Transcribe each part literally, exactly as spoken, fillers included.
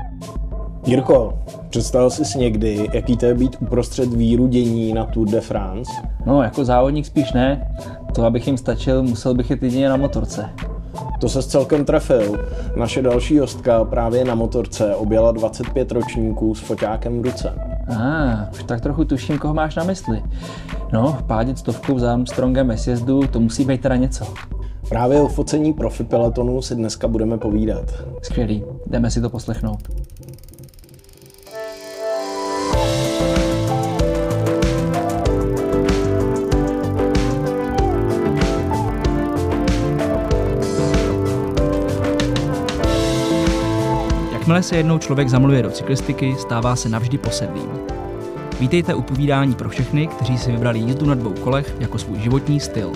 Jirko, představil jsi si někdy, jaký to je být uprostřed víru dění na Tour de France? No, jako závodník spíš ne. To, abych jim stačil, musel bych jít jedině na motorce. To ses celkem trefil. Naše další hostka právě na motorce objela dvacet pět ročníků s foťákem v ruce. Ah, už tak trochu tuším, koho máš na mysli. No, pádět stovku za Armstrongem ve sjezdu, to musí být teda něco. Právě o focení profi pelotonu si dneska budeme povídat. Skvělý, jdeme si to poslechnout. Jakmile se jednou člověk zamiluje do cyklistiky, stává se navždy posedlým. Vítejte u povídání pro všechny, kteří si vybrali jízdu na dvou kolech jako svůj životní styl.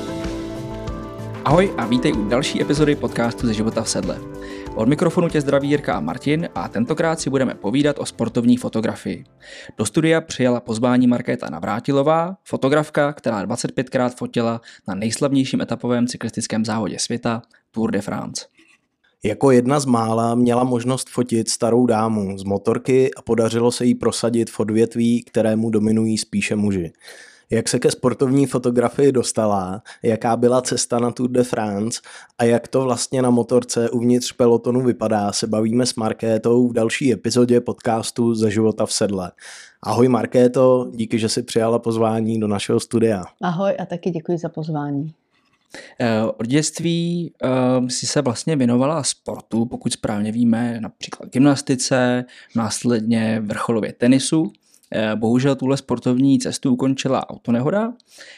Ahoj a vítej u další epizody podcastu Ze života v sedle. Od mikrofonu tě zdraví Jirka a Martin a tentokrát si budeme povídat o sportovní fotografii. Do studia přijala pozvání Markéta Navrátilová, fotografka, která dvacet pětkrát fotila na nejslavnějším etapovém cyklistickém závodě světa Tour de France. Jako jedna z mála měla možnost fotit starou dámu z motorky a podařilo se jí prosadit v odvětví, kterému dominují spíše muži. Jak se ke sportovní fotografii dostala, jaká byla cesta na Tour de France a jak to vlastně na motorce uvnitř pelotonu vypadá, se bavíme s Markétou v další epizodě podcastu Ze života v sedle. Ahoj Markéto, díky, že jsi přijala pozvání do našeho studia. Ahoj a taky děkuji za pozvání. Od dětství uh, si se vlastně věnovala sportu, pokud správně víme, například gymnastice, následně vrcholově tenisu. Uh, bohužel tuhle sportovní cestu ukončila autonehoda. Uh,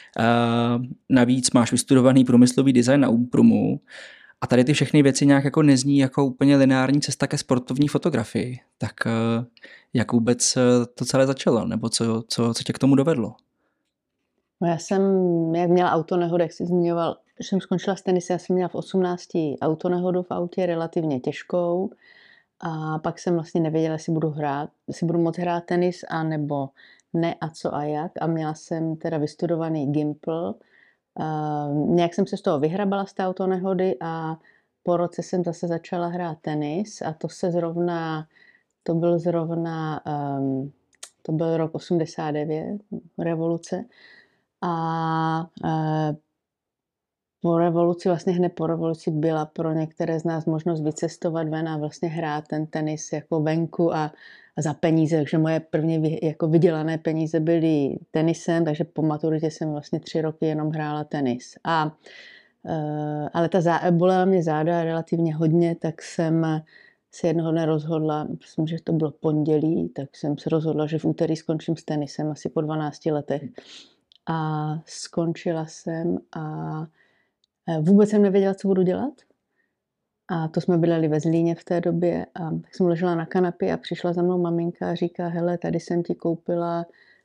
navíc máš vystudovaný průmyslový design na Úmprumu a tady ty všechny věci nějak jako nezní jako úplně lineární cesta ke sportovní fotografii. Tak uh, jak vůbec to celé začalo, nebo co, co, co tě k tomu dovedlo? No já jsem, jak měla autonehodu, jak jsi zmiňoval, že jsem skončila s tenisem, já jsem měla v osmnácti autonehodu v autě, relativně těžkou a pak jsem vlastně nevěděla, jestli budu hrát, jestli budu moct hrát tenis a nebo ne a co a jak a měla jsem teda vystudovaný Gimpl. Uh, nějak jsem se z toho vyhrabala z té autonehody a po roce jsem zase začala hrát tenis a to se zrovna, to byl zrovna, um, to byl rok osmdesát devět, revoluce. A e, po revoluci, vlastně hned po revoluci byla pro některé z nás možnost vycestovat ven a vlastně hrát ten tenis jako venku a, a za peníze, takže moje první jako vydělané peníze byly tenisem, takže po maturitě jsem vlastně tři roky jenom hrála tenis. A, e, ale ta zá, bolela mě záda relativně hodně, tak jsem se jednoho dne rozhodla, myslím, že to bylo pondělí, tak jsem se rozhodla, že v úterý skončím s tenisem asi po dvanácti letech. A skončila jsem a vůbec jsem nevěděla, co budu dělat. A to jsme bydleli ve Zlíně v té době a tak jsem ležela na kanapě a přišla za mnou maminka a říká, hele, tady jsem ti koupila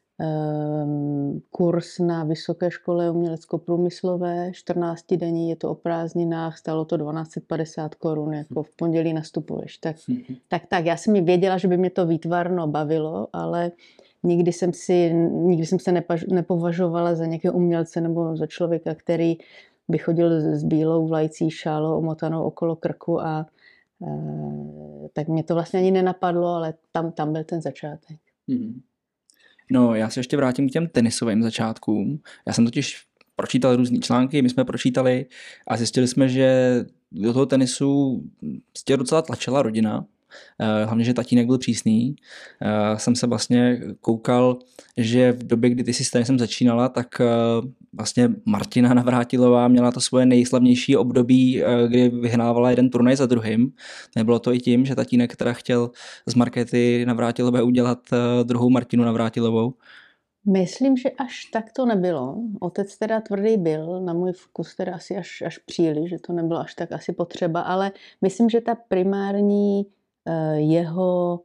um, kurz na Vysoké škole umělecko-průmyslové, čtrnáctidenní, je to o prázdninách, stálo to dvanáct set padesát korun, jako v pondělí nastupuješ. Tak, tak, tak, já jsem mi věděla, že by mě to výtvarno bavilo, ale Nikdy jsem, si, nikdy jsem se nepaž, nepovažovala za nějakého umělce nebo za člověka, který by chodil s bílou vlajcí šálou omotanou okolo krku a e, tak mě to vlastně ani nenapadlo, ale tam, tam byl ten začátek. Hmm. No, já se ještě vrátím k těm tenisovým začátkům. Já jsem totiž pročítal různý články, my jsme pročítali a zjistili jsme, že do toho tenisu tě docela tlačila rodina. Hlavně, že tatínek byl přísný. Jsem se vlastně koukal, že v době, kdy ty si s tenisem začínala, tak vlastně Martina Navrátilová měla to svoje nejslavnější období, kdy vyhrávala jeden turnaj za druhým. Nebylo to i tím, že tatínek teda chtěl z Markéty Navrátilové udělat druhou Martinu Navrátilovou? Myslím, že až tak to nebylo. Otec teda tvrdý byl, na můj vkus teda asi až, až příliš, že to nebylo až tak asi potřeba, ale myslím, že ta primární jeho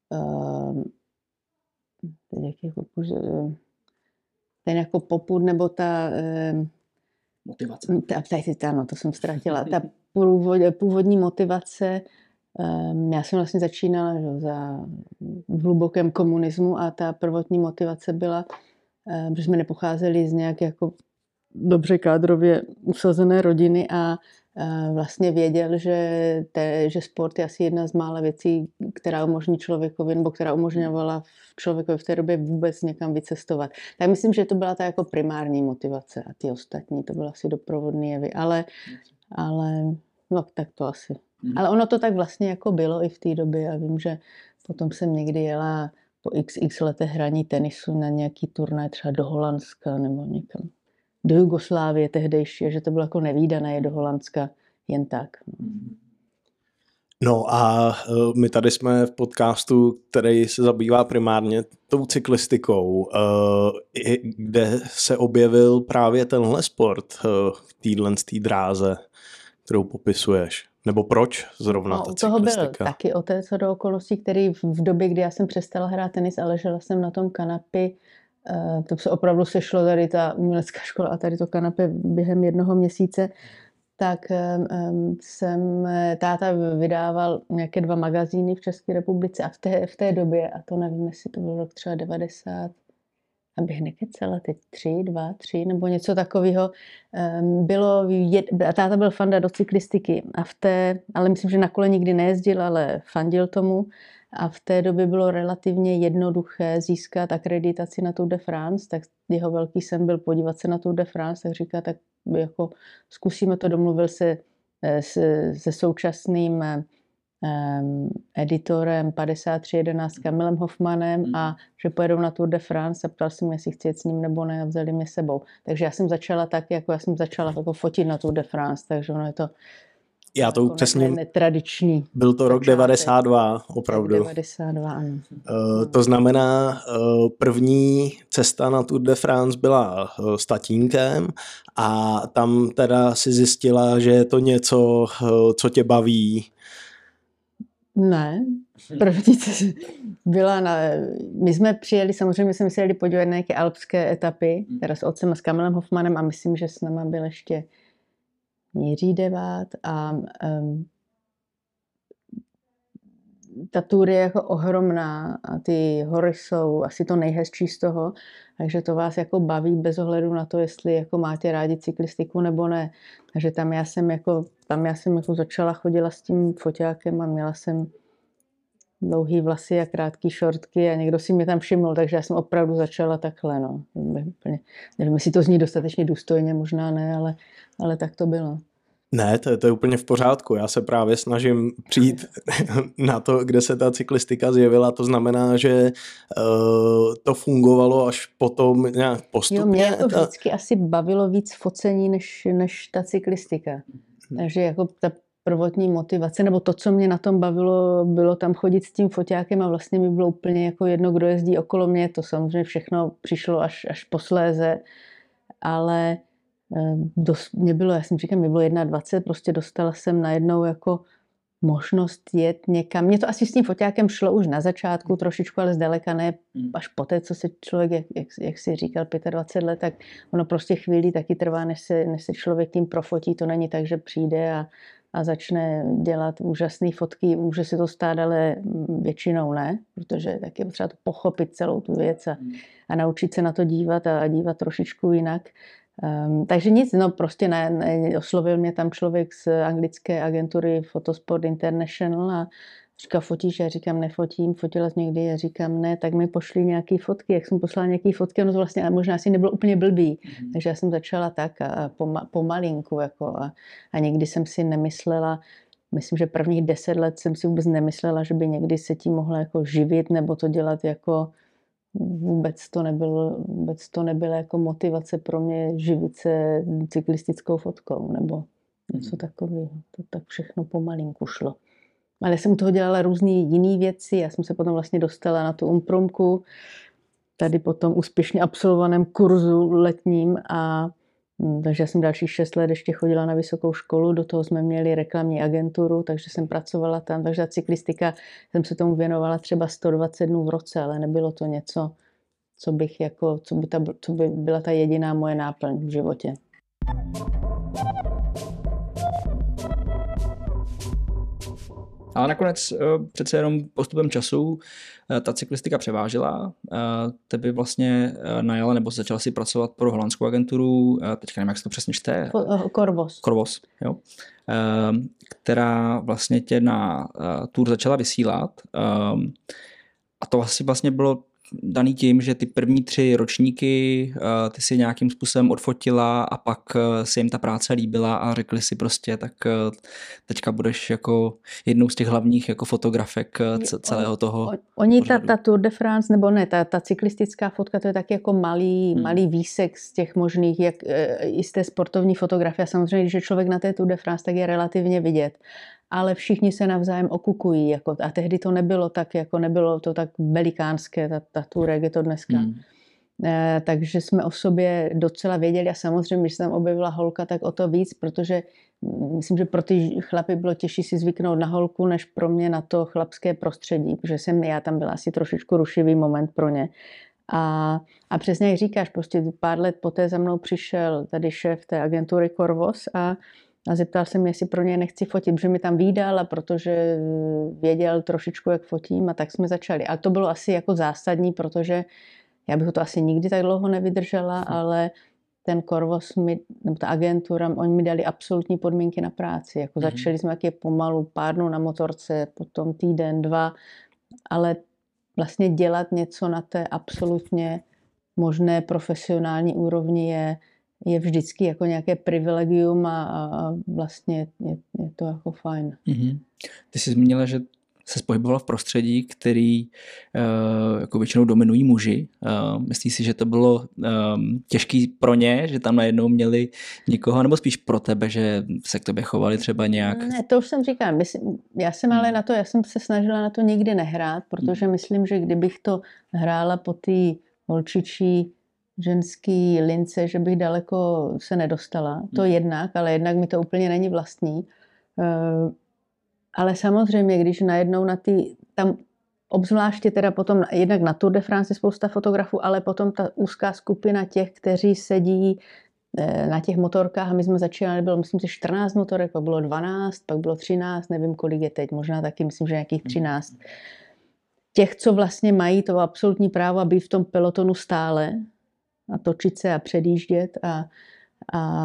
ten jako popud nebo ta motivace. Ta, ta, no, to jsem ztratila. Ta původní motivace, já jsem vlastně začínala že, za, v hlubokém komunismu a ta prvotní motivace byla, protože jsme nepocházeli z nějak jako dobře kádrově usazené rodiny a vlastně věděl, že, te, že sport je asi jedna z mála věcí, která umožní člověkovi, nebo která umožňovala člověkovi v té době vůbec někam vycestovat. Tak myslím, že to byla ta jako primární motivace a ty ostatní, to bylo asi doprovodný jevy, ale, ale no tak to asi. Hmm. Ale ono to tak vlastně jako bylo i v té době a vím, že potom jsem někdy jela po x x letech hraní tenisu na nějaký turnaj třeba do Holandska nebo někam. Do Jugoslávie tehdejší, že to bylo jako nevídané je do Holandska jen tak. No a my tady jsme v podcastu, který se zabývá primárně tou cyklistikou, kde se objevil právě tenhle sport v téhle dráze, kterou popisuješ. Nebo proč zrovna no, ta toho cyklistika? Byl taky otec do okolností, který v době, kdy já jsem přestala hrát tenis a ležela jsem na tom kanapi, to se opravdu sešlo tady ta umělecká škola a tady to kanapé během jednoho měsíce, tak um, jsem, táta vydával nějaké dva magazíny v České republice a v té, v té době, a to nevím, jestli to byl rok třeba devadesát, abych nekecela, teď tři, dva, tři, nebo něco takového, um, bylo, jed, a táta byl fanda do cyklistiky, a v té, ale myslím, že na kole nikdy nejezdil, ale fandil tomu, a v té době bylo relativně jednoduché získat akreditaci na Tour de France, tak jeho velký sen byl podívat se na Tour de France, tak říká, tak jako zkusíme to, domluvil se se, se současným um, editorem padesát tři jedenáct Kamilem Hoffmanem mm. a že pojedou na Tour de France a ptal jsem mě, jestli chci jet s ním nebo ne a vzali mě sebou. Takže já jsem začala tak, jako já jsem začala jako fotit na Tour de France, takže ono je to Já to jako upřesním. Netradiční. Byl to rok devadesát dva, opravdu. devadesát dva, ano. Uh, to znamená, uh, první cesta na Tour de France byla uh, s tatínkem a tam teda si zjistila, že je to něco, uh, co tě baví. Ne, první byla na... My jsme přijeli, samozřejmě jsme si jeli podívat na nějaké alpské etapy, teda s otcem a s Kamilem Hoffmanem a myslím, že s náma byl ještě Jiří Devát a um, ta tour je jako ohromná a ty hory jsou asi to nejhezčí z toho, takže to vás jako baví bez ohledu na to, jestli jako máte rádi cyklistiku nebo ne. Takže tam já jsem jako, tam já jsem jako začala, chodila s tím foťákem a měla jsem dlouhý vlasy a krátký šortky a někdo si mě tam všiml, takže já jsem opravdu začala takhle, no. Nevím, jestli to zní dostatečně důstojně, možná ne, ale, ale tak to bylo. Ne, to je, to je úplně v pořádku. Já se právě snažím přijít na to, kde se ta cyklistika zjevila. To znamená, že uh, to fungovalo až potom nějak postupně. Jo, mě to vždycky ta... asi bavilo víc focení, než, než ta cyklistika. Hmm. Takže jako ta prvotní motivace, nebo to, co mě na tom bavilo, bylo tam chodit s tím foťákem a vlastně mi bylo úplně jako jedno, kdo jezdí okolo mě. To samozřejmě všechno přišlo až, až posléze, ale dost, mě bylo, já jsem říkám, mě bylo dvacet jedna, prostě dostala jsem najednou jako možnost jet někam. Mně to asi s tím foťákem šlo už na začátku trošičku, ale zdaleka ne až poté, co se člověk, jak, jak, jak si říkal, dvacet pět let, tak ono prostě chvíli taky trvá, než se, než se člověk tím profotí. To není tak, že přijde a, a začne dělat úžasné fotky. Může se to stát, ale většinou ne, protože tak je potřeba to pochopit celou tu věc a, a naučit se na to dívat a, a dívat trošičku jinak. Um, takže nic, no prostě ne, ne, oslovil mě tam člověk z anglické agentury Photosport International a říká, fotíš? Já říkám, nefotím, fotila jsi někdy? Já říkám, ne, tak mi pošli nějaký fotky. Jak jsem poslala nějaký fotky, ono to vlastně možná asi nebylo úplně blbý. Mm-hmm. Takže já jsem začala tak a poma, pomalinku jako a, a někdy jsem si nemyslela, myslím, že prvních deset let jsem si vůbec nemyslela, že by někdy se tím mohla jako živit nebo to dělat jako Vůbec to nebylo, vůbec to nebyla jako motivace pro mě živit se cyklistickou fotkou nebo něco takového. To tak všechno pomalinku šlo. Ale jsem u toho dělala různé jiné věci. Já jsem se potom vlastně dostala na tu umprumku, tady po tom úspěšně absolvovaném kurzu letním a takže já jsem dalších šest let ještě chodila na vysokou školu, do toho jsme měli reklamní agenturu, takže jsem pracovala tam, takže ta cyklistika, jsem se tomu věnovala třeba sto dvacet dnů v roce, ale nebylo to něco, co bych jako, co by, ta, co by byla ta jediná moje náplň v životě. Ale nakonec přece jenom postupem času ta cyklistika převážila. Tebe vlastně najala nebo začala si pracovat pro holandskou agenturu, teďka nevím, jak se to přesně čte. Corvos. Corvos, jo. Která vlastně tě na tour začala vysílat. A to asi vlastně bylo daný tím, že ty první tři ročníky ty si nějakým způsobem odfotila a pak se jim ta práce líbila a řekli si prostě, tak teďka budeš jako jednou z těch hlavních jako fotografek celého toho. Oni, ta, ta Tour de France, nebo ne, ta, ta cyklistická fotka, to je taky jako malý, hmm. malý výsek z těch možných, jak i z té sportovní fotografie. Samozřejmě, když je člověk na té Tour de France, tak je relativně vidět. Ale všichni se navzájem okukují. Jako, a tehdy to nebylo tak, jako nebylo to tak velikánské, ta, ta tour, jak je to dneska. Hmm. E, takže jsme o sobě docela věděli a samozřejmě, když se tam objevila holka, tak o to víc, protože myslím, že pro ty chlapy bylo těžší si zvyknout na holku, než pro mě na to chlapské prostředí, protože jsem, já tam byla asi trošičku rušivý moment pro ně. A, a přesně jak říkáš, prostě pár let poté za mnou přišel tady šéf té agentury Corvos a A zeptal jsem, jestli pro něj nechci fotit, protože mi tam vídal a protože věděl trošičku, jak fotím a tak jsme začali. Ale to bylo asi jako zásadní, protože já bych to asi nikdy tak dlouho nevydržela, ale ten Corvos, mi, nebo ta agentura, oni mi dali absolutní podmínky na práci. Jako mm-hmm. Začali jsme taky pomalu pár dnů na motorce, potom týden, dva, ale vlastně dělat něco na té absolutně možné profesionální úrovni je je vždycky jako nějaké privilegium a, a vlastně je, je to jako fajn. Mm-hmm. Ty jsi zmínila, že se pohybovala v prostředí, který uh, jako většinou dominují muži. Uh, myslíš si, že to bylo um, těžký pro ně, že tam najednou měli někoho, nebo spíš pro tebe, že se k tobě chovali třeba nějak? Ne, to už jsem říkala. Myslím, já jsem ale na to, já jsem se snažila na to nikdy nehrát, protože myslím, že kdybych to hrála po té holčičí ženský lince, že bych daleko se nedostala. To jednak, ale jednak mi to úplně není vlastní. Ale samozřejmě, když najednou na ty, tam obzvláště teda potom, jednak na Tour de France je spousta fotografů, ale potom ta úzká skupina těch, kteří sedí na těch motorkách a my jsme začínali, bylo myslím si čtrnáct motorek, pak bylo dvanáct, pak bylo třináct, nevím kolik je teď, možná taky myslím, že nějakých třináct. Těch, co vlastně mají to absolutní právo a být v tom pelotonu stále, a točit se a předjíždět a, a, a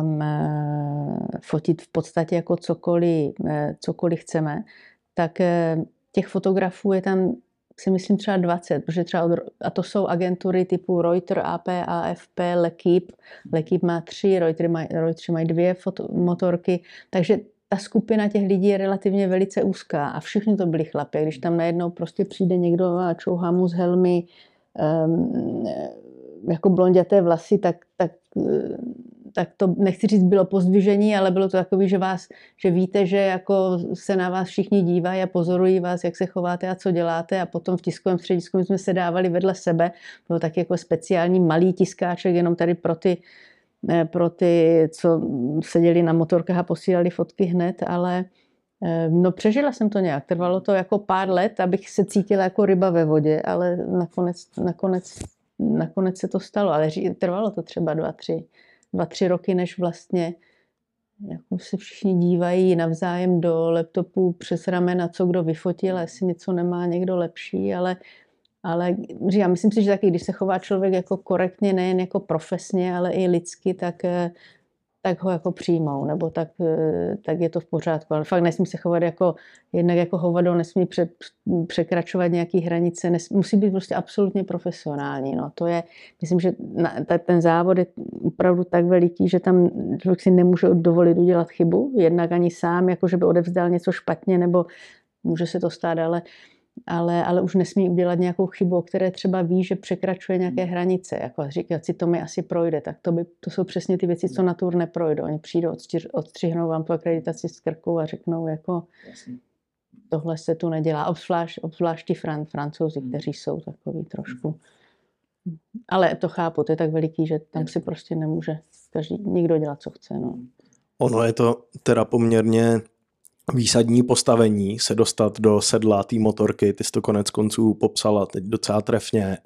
fotit v podstatě jako cokoliv, cokoliv chceme, tak těch fotografů je tam, si myslím, třeba dvacet, protože třeba od, a to jsou agentury typu Reuters, A P, A F P, L'Equipe. L'Equipe má tři, Reuters mají, Reuters mají dvě foto, motorky, takže ta skupina těch lidí je relativně velice úzká a všichni to byli chlapi. Když tam najednou prostě přijde někdo a čouhá mu z helmy um, jako blonděté vlasy, tak, tak, tak to nechci říct bylo pozdvižení, ale bylo to takový, že, vás, že víte, že jako se na vás všichni dívají a pozorují vás, jak se chováte a co děláte a potom v tiskovém středisku jsme se dávali vedle sebe. Bylo taky jako speciální malý tiskáček jenom tady pro ty, pro ty, co seděli na motorkách a posílali fotky hned, ale no přežila jsem to nějak. Trvalo to jako pár let, abych se cítila jako ryba ve vodě, ale nakonec, nakonec Nakonec se to stalo, ale trvalo to třeba dva, tři, dva, tři roky, než vlastně jako se všichni dívají navzájem do laptopu přes ramena, co kdo vyfotil, jestli něco nemá někdo lepší, ale, ale já myslím si, že taky, když se chová člověk jako korektně, nejen jako profesně, ale i lidsky, tak, tak ho jako přijmou, nebo tak, tak je to v pořádku. Ale fakt nesmí se chovat jako, jednak jako hovado, nesmí pře, překračovat nějaké hranice, nesmí, musí být prostě absolutně profesionální. No. To je, myslím, že na, ten závod je opravdu tak veliký, že tam člověk si nemůže dovolit udělat chybu, jednak ani sám, jako že by odevzdal něco špatně, nebo může se to stát, ale Ale, ale už nesmí udělat nějakou chybu, o které třeba ví, že překračuje nějaké hranice. Jako říkat si, to mi asi projde. Tak to, by, to jsou přesně ty věci, co na tour neprojdou. Oni přijdou, odstřih, odstřihnou vám tu akreditaci z krku a řeknou, jako tohle se tu nedělá. Obzvlášť, obzvlášť ti fran, Francouzi, kteří jsou takový trošku. Ale to chápu, to je tak veliký, že tam si prostě nemůže každý, nikdo dělat, co chce. No. Ono je to teda poměrně výsadní postavení, se dostat do sedla té motorky, ty jsi to konec konců popsala teď docela trefně.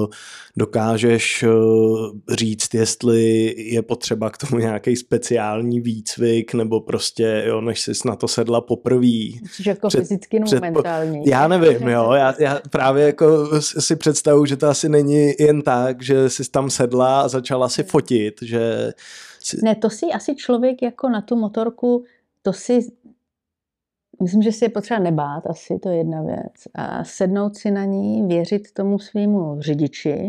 Dokážeš říct, jestli je potřeba k tomu nějaký speciální výcvik, nebo prostě, jo, než jsi na to sedla poprvý. Což jako před, fyzicky nebo mentální? Já nevím, jo, já, já právě jako si představuji, že to asi není jen tak, že jsi tam sedla a začala si fotit, že... Si... Ne, to si asi člověk jako na tu motorku, to si... Myslím, že si je potřeba nebát, asi to je jedna věc. A sednout si na ní, věřit tomu svýmu řidiči.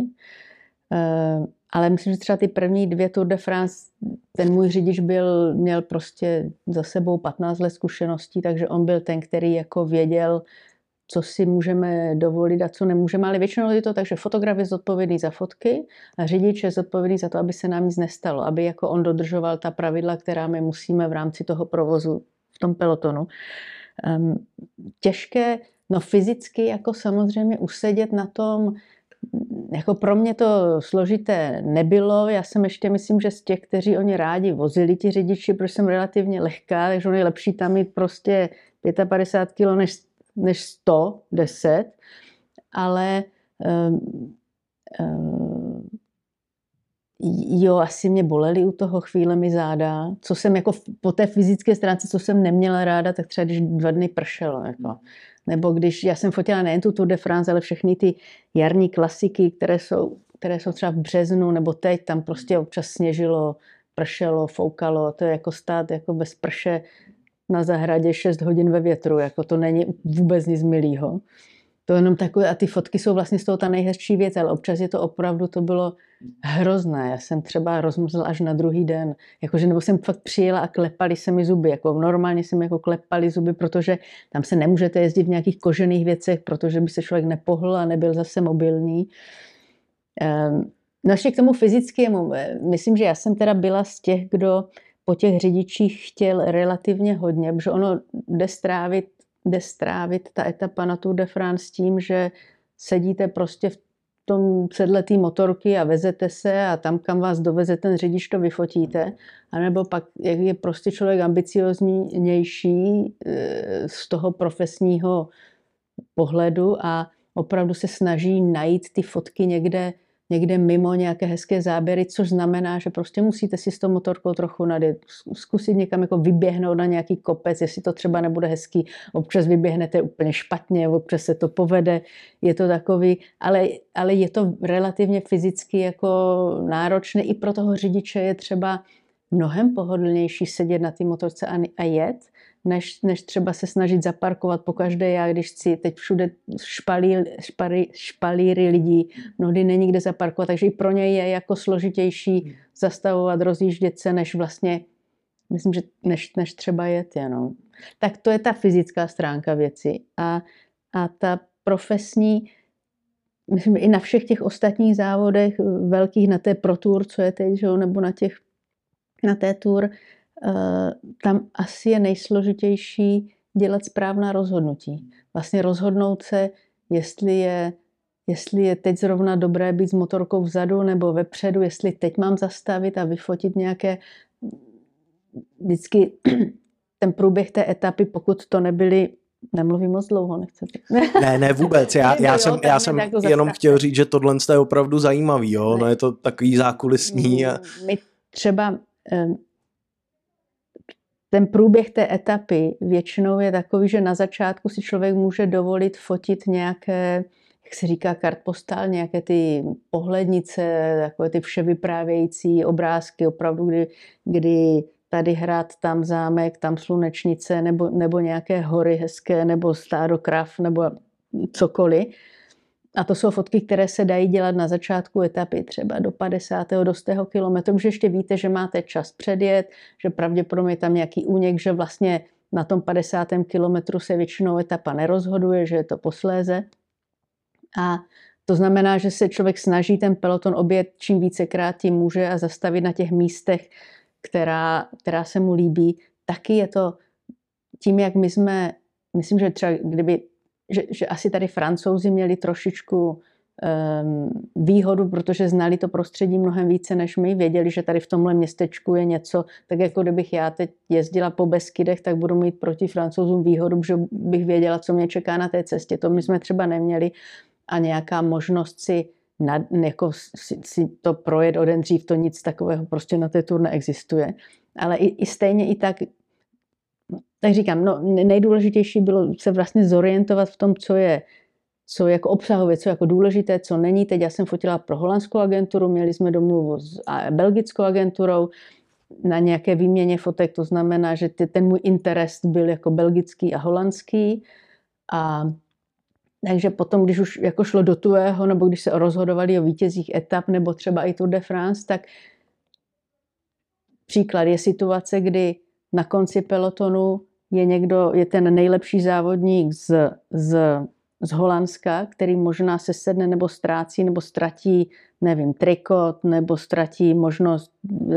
Ale myslím, že třeba ty první dvě Tour de France, ten můj řidič byl, měl prostě za sebou patnáct let zkušeností, takže on byl ten, který jako věděl, co si můžeme dovolit a co nemůžeme. Ale většinou je to tak, že fotograf je zodpovědný za fotky a řidič je zodpovědný za to, aby se nám nic nestalo, aby jako on dodržoval ta pravidla, která my musíme v rámci toho provozu v tom pelotonu. Um, těžké, no fyzicky jako samozřejmě usedět na tom, jako pro mě to složité nebylo, já jsem ještě myslím, že z těch, kteří oni rádi vozili ti řidiči, protože jsem relativně lehká, takže on je lepší tam mít prostě padesát pět kilo než, než sto deset, ale um, um, jo, asi mě bolely u toho chvíle mi záda, co jsem jako po té fyzické stránce, co jsem neměla ráda, tak třeba když dva dny pršelo, jako. Nebo když, já jsem fotila nejen tu Tour de France, ale všechny ty jarní klasiky, které jsou, které jsou třeba v březnu, nebo teď, tam prostě občas sněžilo, pršelo, foukalo, to je jako stát jako bez prše na zahradě šest hodin ve větru, jako to není vůbec nic milýho. To jenom takové, a ty fotky jsou vlastně z toho ta nejhezčí věc, ale občas je to opravdu, to bylo hrozné. Já jsem třeba rozmrzla až na druhý den, jakože, nebo jsem fakt přijela a klepali se mi zuby, jako normálně se mi jako klepali zuby, protože tam se nemůžete jezdit v nějakých kožených věcech, protože by se člověk nepohl a nebyl zase mobilní. Um, no ještě k tomu fyzickému, myslím, že já jsem teda byla z těch, kdo po těch řidičích chtěl relativně hodně, protože ono jde strávit jde strávit ta etapa na Tour de France tím, že sedíte prostě v tom sedle té motorky a vezete se a tam, kam vás doveze ten řidič, to vyfotíte. A nebo pak, jak je prostě člověk ambicioznější z toho profesního pohledu a opravdu se snaží najít ty fotky někde, někde mimo nějaké hezké záběry, což znamená, že prostě musíte si s tou motorkou trochu nadjet, zkusit někam jako vyběhnout na nějaký kopec, jestli to třeba nebude hezký, občas vyběhnete úplně špatně, občas se to povede, je to takový, ale, ale je to relativně fyzicky jako náročné, i pro toho řidiče je třeba mnohem pohodlnější sedět na té motorce a, a jet, než, než třeba se snažit zaparkovat pokaždé. Já, když chci teď všude špalí, špalí, špalíry lidí, mnohdy není kde zaparkovat, takže i pro něj je jako složitější zastavovat, rozjíždět se, než vlastně, myslím, že než, než třeba jet jenom. Tak to je ta fyzická stránka věci. A, a ta profesní, myslím, i na všech těch ostatních závodech velkých, na té Pro Tour, co je teď, že, nebo na, těch, na té Tour, tam asi je nejsložitější dělat správná rozhodnutí. Vlastně rozhodnout se, jestli je, jestli je teď zrovna dobré být s motorkou vzadu nebo vepředu, jestli teď mám zastavit a vyfotit nějaké vždycky ten průběh té etapy, pokud to nebyly, nemluvím moc dlouho, nechcete. Ne, ne vůbec, já, já jsem, já jsem jenom chtěl říct, že tohle je opravdu zajímavý, jo? No je to takový zákulisní. A... My třeba ten průběh té etapy většinou je takový, že na začátku si člověk může dovolit fotit nějaké, jak se říká, kartpostál, nějaké ty pohlednice, takové ty vševyprávějící obrázky, opravdu, kdy, kdy tady hrad, tam zámek, tam slunečnice, nebo, nebo nějaké hory hezké, nebo stádo krav, nebo cokoliv. A to jsou fotky, které se dají dělat na začátku etapy, třeba do padesátého do stého kilometru, že ještě víte, že máte čas předjet, že pravděpodobně je tam nějaký únik, že vlastně na tom padesátém kilometru se většinou etapa nerozhoduje, že je to posléze. A to znamená, že se člověk snaží ten peloton objet čím vícekrát tím může a zastavit na těch místech, která, která se mu líbí. Taky je to tím, jak my jsme, myslím, že třeba kdyby Že, že asi tady Francouzi měli trošičku výhodu, protože znali to prostředí mnohem více než my, věděli, že tady v tomhle městečku je něco, tak jako kdybych já teď jezdila po Beskydech, tak budu mít proti Francouzům výhodu, že bych věděla, co mě čeká na té cestě. To my jsme třeba neměli a nějaká možnost si, nad, jako si, si to projet o den dřív, to nic takového prostě na té tour neexistuje. Ale i, i stejně i tak, tak říkám, no nejdůležitější bylo se vlastně zorientovat v tom, co je co jako obsahově, co jako důležité, co není. Teď já jsem fotila pro holandskou agenturu, měli jsme domluvu s belgickou agenturou na nějaké výměně fotek, to znamená, že ten můj interes byl jako belgický a holandský. A takže potom, když už jako šlo do tuého, nebo když se rozhodovali o vítězích etap, nebo třeba i Tour de France, tak příklad je situace, kdy na konci pelotonu je někdo, je ten nejlepší závodník z, z z Holandska, který možná se sedne nebo ztrácí, nebo ztratí, nevím, trikot, nebo ztratí možnost e,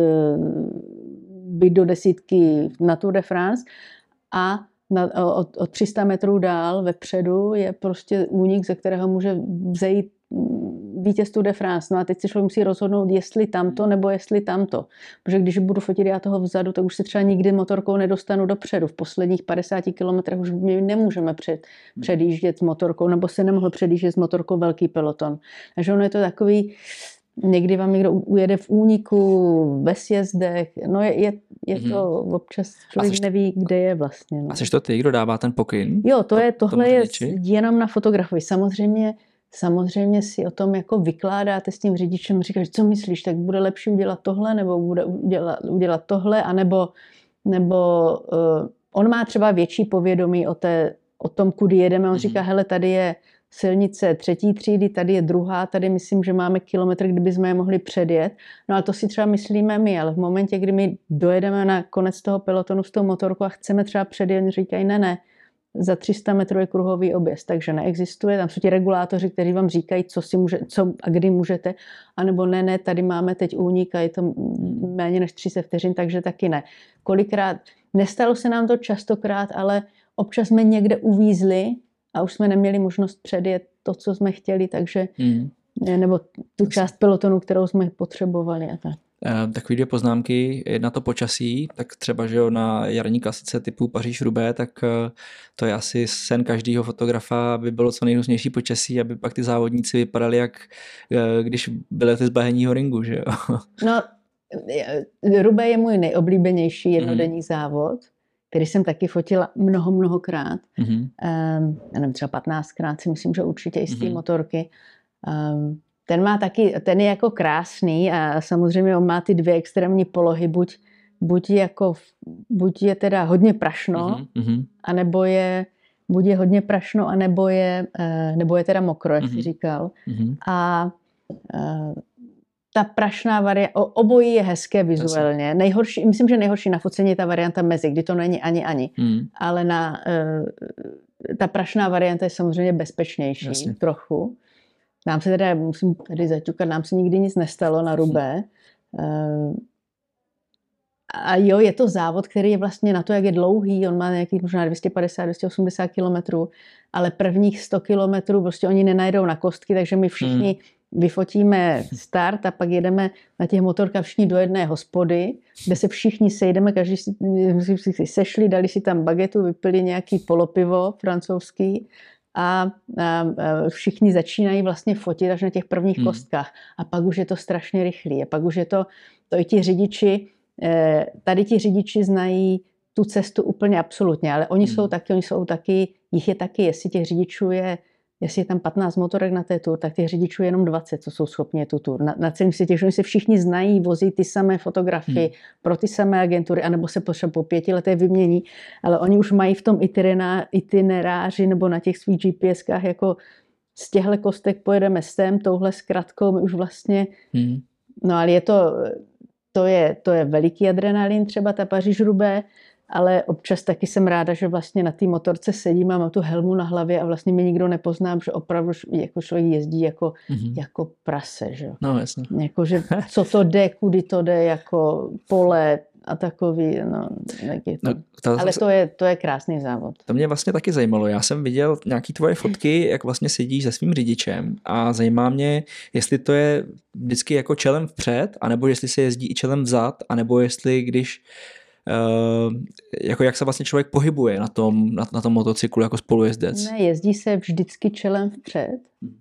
být do desítky na Tour de France a na, o, o tři sta metrů dál vepředu je prostě únik, ze kterého může vzejít vítěz Tour de France. No a teď se člověk musí rozhodnout, jestli tamto nebo jestli tamto. Protože když budu fotit já toho vzadu, tak už se třeba nikdy motorkou nedostanu dopředu. V posledních padesáti kilometrech už my nemůžeme před, předjíždět s motorkou, nebo se nemohl předjíždět s motorkou velký peloton. Takže ono je to takový, někdy vám někdo ujede v úniku, ve sjezdech, no je, je, je to mm-hmm. občas člověk seš, neví, kde je vlastně. No. A jsi to ty, kdo dává ten pokyn? Jo, to, to je, tohle je jenom na fotografii. Samozřejmě Samozřejmě si o tom jako vykládáte s tím řidičem, říkáš, co myslíš, tak bude lepší udělat tohle, nebo bude udělat, udělat tohle, anebo nebo, uh, on má třeba větší povědomí o, té, o tom, kudy jedeme. On mm-hmm. říká, hele, tady je silnice třetí třídy, tady je druhá, tady myslím, že máme kilometr, kdyby jsme je mohli předjet. No ale to si třeba myslíme my, ale v momentě, kdy my dojedeme na konec toho pelotonu s tou motorkou a chceme třeba předjet, říkají, ne, ne, za tři sta metrů je kruhový objezd, takže neexistuje. Tam jsou ti regulátoři, kteří vám říkají, co si může, co a kdy můžete, anebo ne, ne, tady máme teď únik a je to méně než tři sta vteřin, takže taky ne. Kolikrát, nestalo se nám to častokrát, ale občas jsme někde uvízli a už jsme neměli možnost předjet to, co jsme chtěli, takže hmm. nebo tu část pelotonu, kterou jsme potřebovali a tak. Takové dvě poznámky, jedna to počasí, tak třeba, že jo, na jarní klasice typu Paříž-Roubaix, tak to je asi sen každého fotografa, aby bylo co nejrůznější počasí, aby pak ty závodníci vypadali, jak když byli ty z bahenního ringu, že jo. No, Roubaix je můj nejoblíbenější jednodenní mm-hmm. závod, který jsem taky fotila mnoho, mnohokrát. Mm-hmm. Um, já nevím, třeba patnáctkrát si myslím, že určitě i z té mm-hmm. motorky. Um, Ten má taky, ten je jako krásný a samozřejmě on má ty dvě extrémní polohy, buď, buď, jako, buď je teda hodně prašno, mm-hmm. anebo je, buď je hodně prašno, anebo je, nebo je teda mokro, jak mm-hmm. jsi říkal. Mm-hmm. A ta prašná varianta, obojí je hezké vizuálně. Nejhorší, myslím, že nejhorší na focení je ta varianta mezi, kdy to není ani ani. Mm. Ale na, ta prašná varianta je samozřejmě bezpečnější. Jasně. Trochu. Nám se teda, musím tady zaťukat, nám se nikdy nic nestalo na Roubaix. A jo, je to závod, který je vlastně na to, jak je dlouhý, on má nějakých možná dvě stě padesát, dvě stě osmdesát kilometrů, ale prvních sto kilometrů prostě oni nenajdou na kostky, takže my všichni hmm. vyfotíme start a pak jedeme na těch motorkách všichni do jedné hospody, kde se všichni sejdeme, každý si, si sešli, dali si tam bagetu, vypili nějaký polopivo francouzský, A, a, a všichni začínají vlastně fotit až na těch prvních hmm. kostkách. A pak už je to strašně rychlý. A pak už je to, to i ti řidiči, tady ti řidiči znají tu cestu úplně absolutně, ale oni hmm. jsou taky, oni jsou taky, jich je taky, jestli těch řidičů je, jestli je tam patnáct motorek na té tour, tak těch řidičů je jenom dvacet, co jsou schopni tu tour. Na, na celém světě, že oni se všichni znají, vozí ty samé fotografie hmm. pro ty samé agentury, anebo se potřeba po pěti letech vymění, ale oni už mají v tom itineráři nebo na těch svých GPSkách jako z těchto kostek pojedeme sem, touhle zkratkou, my už vlastně, hmm. no ale je to, to je, to je veliký adrenalin, třeba ta Paříž-Roubaix, ale občas taky jsem ráda, že vlastně na té motorce sedím a mám tu helmu na hlavě a vlastně mě nikdo nepozná, že opravdu jako člověk jezdí jako, mm-hmm. jako prase, že? No jasně. Jako, že co to jde, kudy to jde, jako pole a takový, no, taky to. No, to, ale to je, to je krásný závod. To mě vlastně taky zajímalo. Já jsem viděl nějaký tvoje fotky, jak vlastně sedíš se svým řidičem a zajímá mě, jestli to je vždycky jako čelem vpřed, anebo jestli se jezdí i čelem vzad, anebo jestli když Uh, jako jak se vlastně člověk pohybuje na tom, na, na tom motocyklu jako spolujezdec. Ne, jezdí se vždycky čelem vpřed.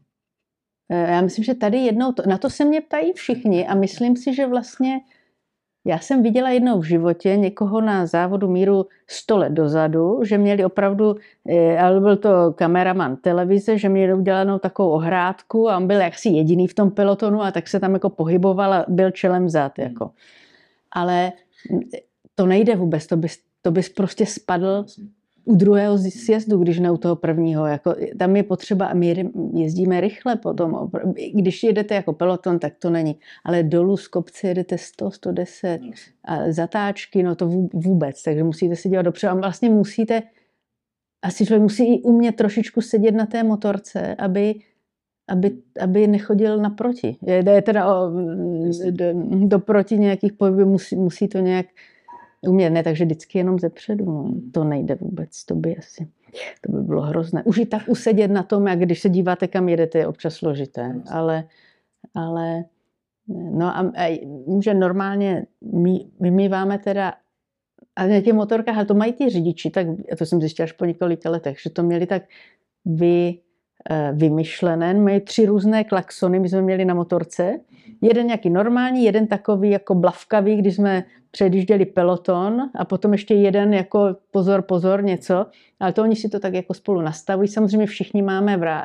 Já myslím, že tady jednou, to, na to se mě ptají všichni a myslím si, že vlastně já jsem viděla jednou v životě někoho na závodu míru sto let dozadu, že měli opravdu, ale byl to kameraman televize, že měli udělanou takovou ohrádku a on byl jaksi jediný v tom pelotonu a tak se tam jako pohyboval a byl čelem vzad. Jako. Ale to nejde vůbec, to bys, to bys prostě spadl u druhého sjezdu, když ne u toho prvního. Jako, tam je potřeba, a my jezdíme rychle potom. Když jedete jako peloton, tak to není. Ale dolů z kopce jedete sto, sto deset a zatáčky, no to vůbec. Takže musíte si dělat dopředu. A vlastně musíte, asi člověk musí i umět trošičku sedět na té motorce, aby, aby, aby nechodil naproti. Je teda o, do, doproti nějakých pohybů, musí, musí to nějak umět, ne, takže vždycky jenom zepředu, no. To nejde vůbec, to by asi, to by bylo hrozné. Už i tak usedět na tom, jak když se díváte, kam jedete, je občas složité, ale, ale no a, a že normálně my, vymýváme teda, a na těch motorkách, ale to mají ty řidiči, tak to jsem zjistila až po několika letech, že to měli tak vy, vymyšlené, mají tři různé klaxony, my jsme měli na motorce, jeden nějaký normální, jeden takový jako blavkavý, když jsme předjížděli peloton a potom ještě jeden jako pozor, pozor, něco, ale to oni si to tak jako spolu nastavují. Samozřejmě všichni máme vrá,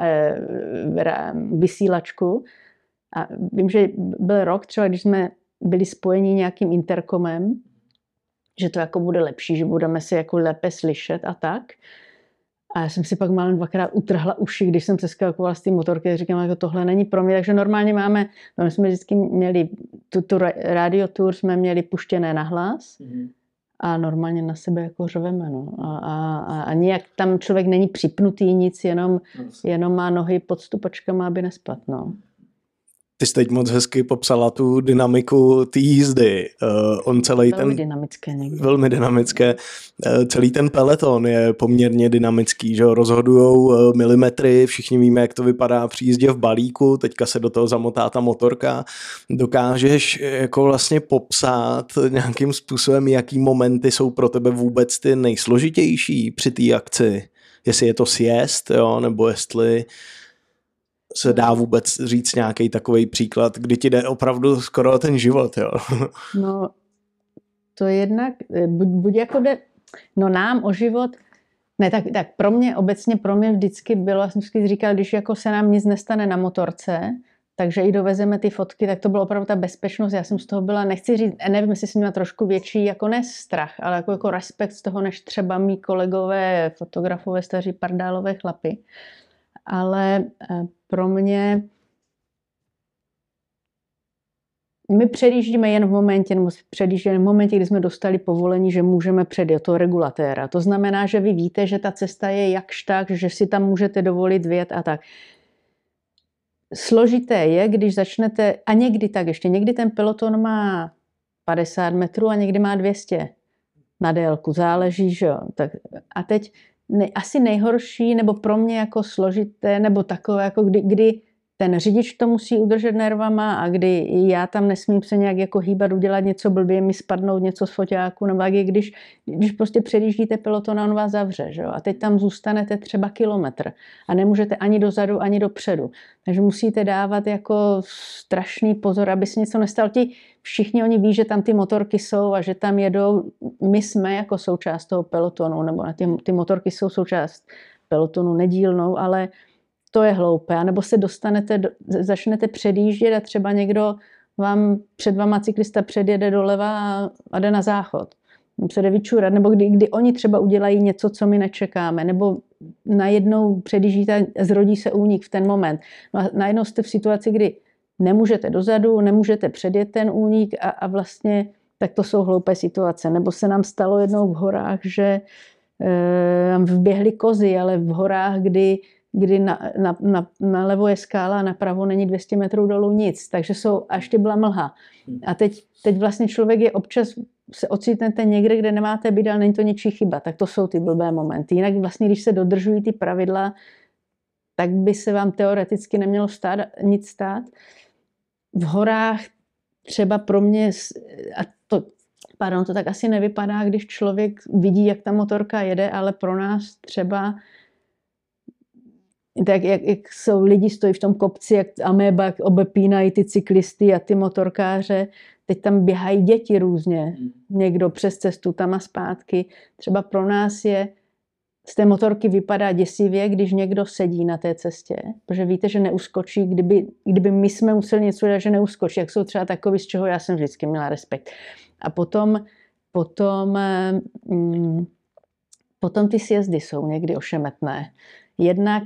vrá, vysílačku a vím, že byl rok třeba, když jsme byli spojeni nějakým interkomem, že to jako bude lepší, že budeme si jako lépe slyšet a tak. A já jsem si pak málem dvakrát utrhla uši, když jsem přeskakovala z té motorky, říkám, že tohle není pro mě. Takže normálně máme, my jsme vždycky měli, tu, tu radiotour jsme měli puštěné na hlas mm. a normálně na sebe jako řveme. No. A, a, a nijak tam člověk není připnutý nic, jenom, jenom má nohy pod stupačkama, aby nespadl. No. Ty jsi teď moc hezky popsala tu dynamiku té jízdy. Uh, on celý velmi ten, dynamické někdy. Velmi dynamické. Uh, celý ten peleton je poměrně dynamický, že rozhodujou uh, milimetry, všichni víme, jak to vypadá při jízdě v balíku, teďka se do toho zamotá ta motorka. Dokážeš jako vlastně popsat nějakým způsobem, jaký momenty jsou pro tebe vůbec ty nejsložitější při té akci? Jestli je to sjezd, jo, nebo jestli se dá vůbec říct nějaký takový příklad, kdy ti jde opravdu skoro ten život, jo? No, to jednak, buď, buď jako jde, no nám o život, ne, tak, tak pro mě, obecně pro mě vždycky bylo, já jsem vždycky říkal, když jako se nám nic nestane na motorce, takže i dovezeme ty fotky, tak to byla opravdu ta bezpečnost, já jsem z toho byla, nechci říct, nevím, jestli jsem měla trošku větší, jako ne strach, ale jako, jako respekt z toho, než třeba mý kolegové, fotografové, staří pardálové chlapy. Ale pro mě my předjíždíme jen v momentě, nebo předjíždíme v momentě, kdy jsme dostali povolení, že můžeme předjet toho regulatéra. To znamená, že vy víte, že ta cesta je jakž tak, že si tam můžete dovolit vjet a tak. Složité je, když začnete, a někdy tak ještě, někdy ten peloton má padesát metrů a někdy má dvě stě na délku, záleží, že jo. Tak, a teď Ne, asi nejhorší, nebo pro mě jako složité, nebo takové, jako kdy, kdy ten řidič to musí udržet nervama a kdy já tam nesmím se nějak jako hýbat, udělat něco blbě, mi spadnout něco z foťáku, nebo jak je, když, když prostě předjíždíte peloton a on vás zavře, že jo? A teď tam zůstanete třeba kilometr a nemůžete ani dozadu, ani dopředu. Takže musíte dávat jako strašný pozor, aby se něco nestalo. Ti všichni oni ví, že tam ty motorky jsou a že tam jedou. My jsme jako součást toho pelotonu, nebo ty, ty motorky jsou součást pelotonu nedílnou, ale to je hloupé. A nebo se dostanete, do, začnete předjíždět a třeba někdo vám, před váma cyklista předjede doleva a, a jde na záchod. Se jde vyčurat, nebo kdy, kdy oni třeba udělají něco, co my nečekáme, nebo najednou předjíždíte a zrodí se únik v ten moment. No a najednou jste v situaci, kdy nemůžete dozadu, nemůžete předjet ten únik a, a vlastně tak to jsou hloupé situace. Nebo se nám stalo jednou v horách, že e, nám vběhly kozy, ale v horách, kdy kdy na, na, na, nalevo je skála a napravo není dvě stě metrů dolů nic, takže jsou, a ještě byla mlha. A teď, teď vlastně člověk je občas, se ocitnete někde, kde nemáte být, ale není to ničí chyba, tak to jsou ty blbé momenty. Jinak vlastně, když se dodržují ty pravidla, tak by se vám teoreticky nemělo stát, nic stát. V horách třeba pro mě, a to, pardon, to tak asi nevypadá, když člověk vidí, jak ta motorka jede, ale pro nás třeba tak jak, jak jsou lidi stojí v tom kopci, jak améba, jak obepínají ty cyklisty a ty motorkáře. Teď tam běhají děti různě. Někdo přes cestu tam a zpátky. Třeba pro nás je, z té motorky vypadá děsivě, když někdo sedí na té cestě. Protože víte, že neuskočí, kdyby, kdyby my jsme museli něco dělat, že neuskočí. Jak jsou třeba takový, z čeho já jsem vždycky měla respekt. A potom, potom, mm, potom ty sjezdy jsou někdy ošemetné. Jednak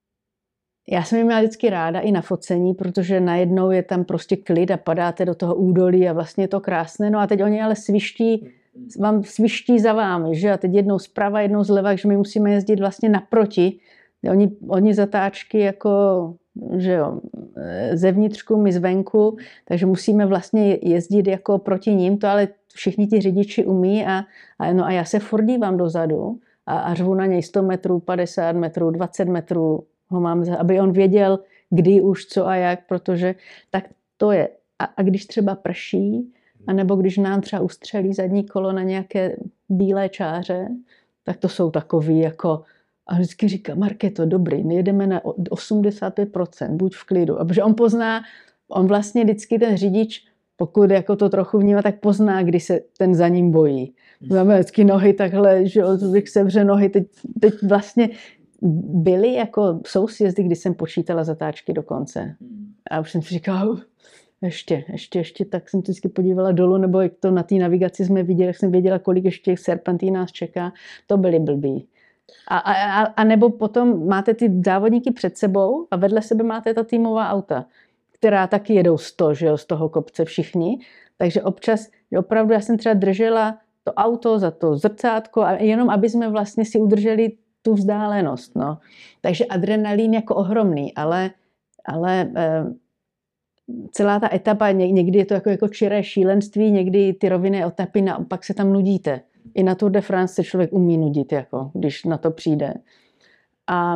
já jsem je měla vždycky ráda i na focení, protože najednou je tam prostě klid a padáte do toho údolí a vlastně je to krásné. No a teď oni ale sviští, vám sviští za vámi, že? A teď jednou zprava, jednou zleva, že my musíme jezdit vlastně naproti. Oni, oni zatáčky jako, že jo, zevnitřku, my zvenku, takže musíme vlastně jezdit jako proti ním, to ale všichni ti řidiči umí a, a, no a já se furt dívám dozadu a, a řvu na něj sto metrů, padesát metrů, dvacet metrů, ho mám, aby on věděl, kdy už co a jak, protože tak to je. A, a když třeba prší, anebo když nám třeba ustřelí zadní kolo na nějaké bílé čáře, tak to jsou takový jako, a vždycky říká, Markéto, dobrý, nejedeme na osmdesát pět procent, buď v klidu. A protože on pozná, on vlastně vždycky ten řidič, pokud jako to trochu vnímá, tak pozná, kdy se ten za ním bojí. Máme vždycky nohy takhle, že bych sevře nohy, teď, teď vlastně byly jako, jsou sjezdy, kdy jsem počítala zatáčky do konce. A už jsem si říkala, ještě, ještě, ještě, tak jsem vždycky podívala dolů, nebo jak to na té navigaci jsme viděli, jak jsem věděla, kolik ještě serpentí nás čeká. To byly blbý. A, a, a nebo potom máte ty závodníky před sebou a vedle sebe máte ta týmová auta, která taky jedou sto, že jo, z toho kopce všichni. Takže občas, opravdu já jsem třeba držela to auto za to zrcátko a jenom aby jsme vlastně si udrželi tu vzdálenost. No. Takže adrenalin jako ohromný, ale, ale eh, celá ta etapa, někdy je to jako, jako čiré šílenství, někdy ty rovinné etapy, naopak se tam nudíte. I na Tour de France se člověk umí nudit, jako, když na to přijde. A,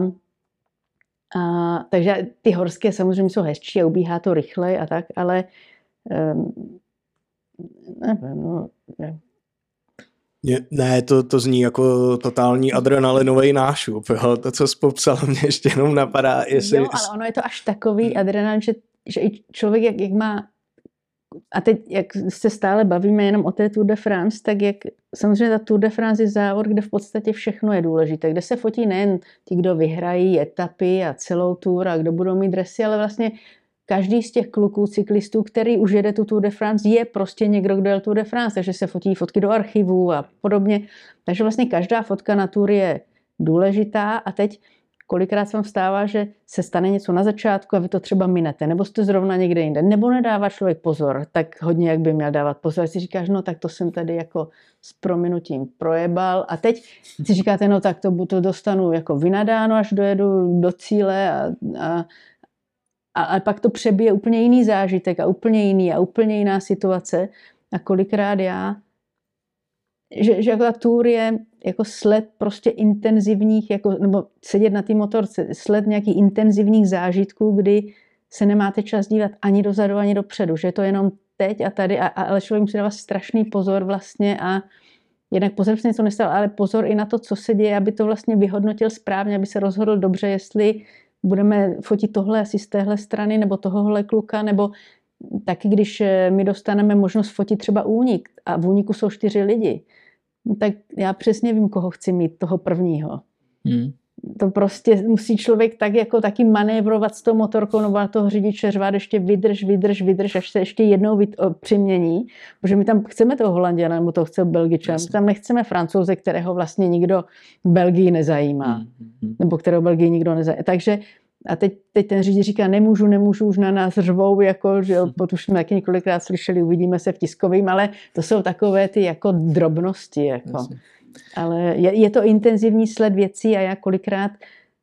a, takže ty horské samozřejmě jsou hezčí a ubíhá to rychle a tak, ale um, nevím, no, ne. Ne, to, to zní jako totální adrenalinový nášup. Jo? To, co jsi popsal, mě ještě jenom napadá. Jestli... Jo, ale ono je to až takový adrenalin, že, že i člověk, jak, jak má... A teď, jak se stále bavíme jenom o té Tour de France, tak jak samozřejmě ta Tour de France je závod, kde v podstatě všechno je důležité. Kde se fotí nejen ti, kdo vyhrají etapy a celou Tour a kdo budou mít dresy, ale vlastně každý z těch kluků, cyklistů, který už jede tu Tour de France, je prostě někdo, kdo jel Tour de France, takže se fotí fotky do archivů a podobně. Takže vlastně každá fotka na Tour je důležitá a teď kolikrát se vám stává, že se stane něco na začátku a vy to třeba minete, nebo jste zrovna někde jinde, nebo nedává člověk pozor, tak hodně jak by měl dávat pozor. A si říkáš, no tak to jsem tady jako s prominutím projebal a teď si říkáte, no tak to, to dostanu jako vynadáno, až dojedu do cíle a, a a pak to přebije úplně jiný zážitek a úplně jiný a úplně jiná situace. A kolikrát já, že, že jako ta tour je jako sled prostě intenzivních, jako, nebo sedět na té motorce, sled nějakých intenzivních zážitků, kdy se nemáte čas dívat ani dozadu, ani dopředu, že je to jenom teď a tady, a, a, ale člověk musí dávat strašný pozor vlastně a jednak pozor, se něco nestalo, ale pozor i na to, co se děje, aby to vlastně vyhodnotil správně, aby se rozhodl dobře, jestli budeme fotit tohle asi z téhle strany, nebo tohohle kluka, nebo taky, když my dostaneme možnost fotit třeba únik a v úniku jsou čtyři lidi, tak já přesně vím, koho chci mít, toho prvního. Hmm. To prostě musí člověk tak jako taky manévrovat s tou motorkou, nebo toho řidiče řvát ještě vydrž, vydrž, vydrž, až se ještě jednou přimění, protože my tam chceme toho Holanděna, nebo toho chce Belgičana, my tam nechceme Francouze, kterého vlastně nikdo v Belgii nezajímá, hmm. nebo kterého v Belgii nikdo nezajímá. Takže a teď, teď ten řidič říká, nemůžu, nemůžu, už na nás řvou, jako, že jo, už jsme taky několikrát slyšeli, uvidíme se v tiskovým, ale to jsou takové ty jako drobnosti, jako. Ale je, je to intenzivní sled věcí a já kolikrát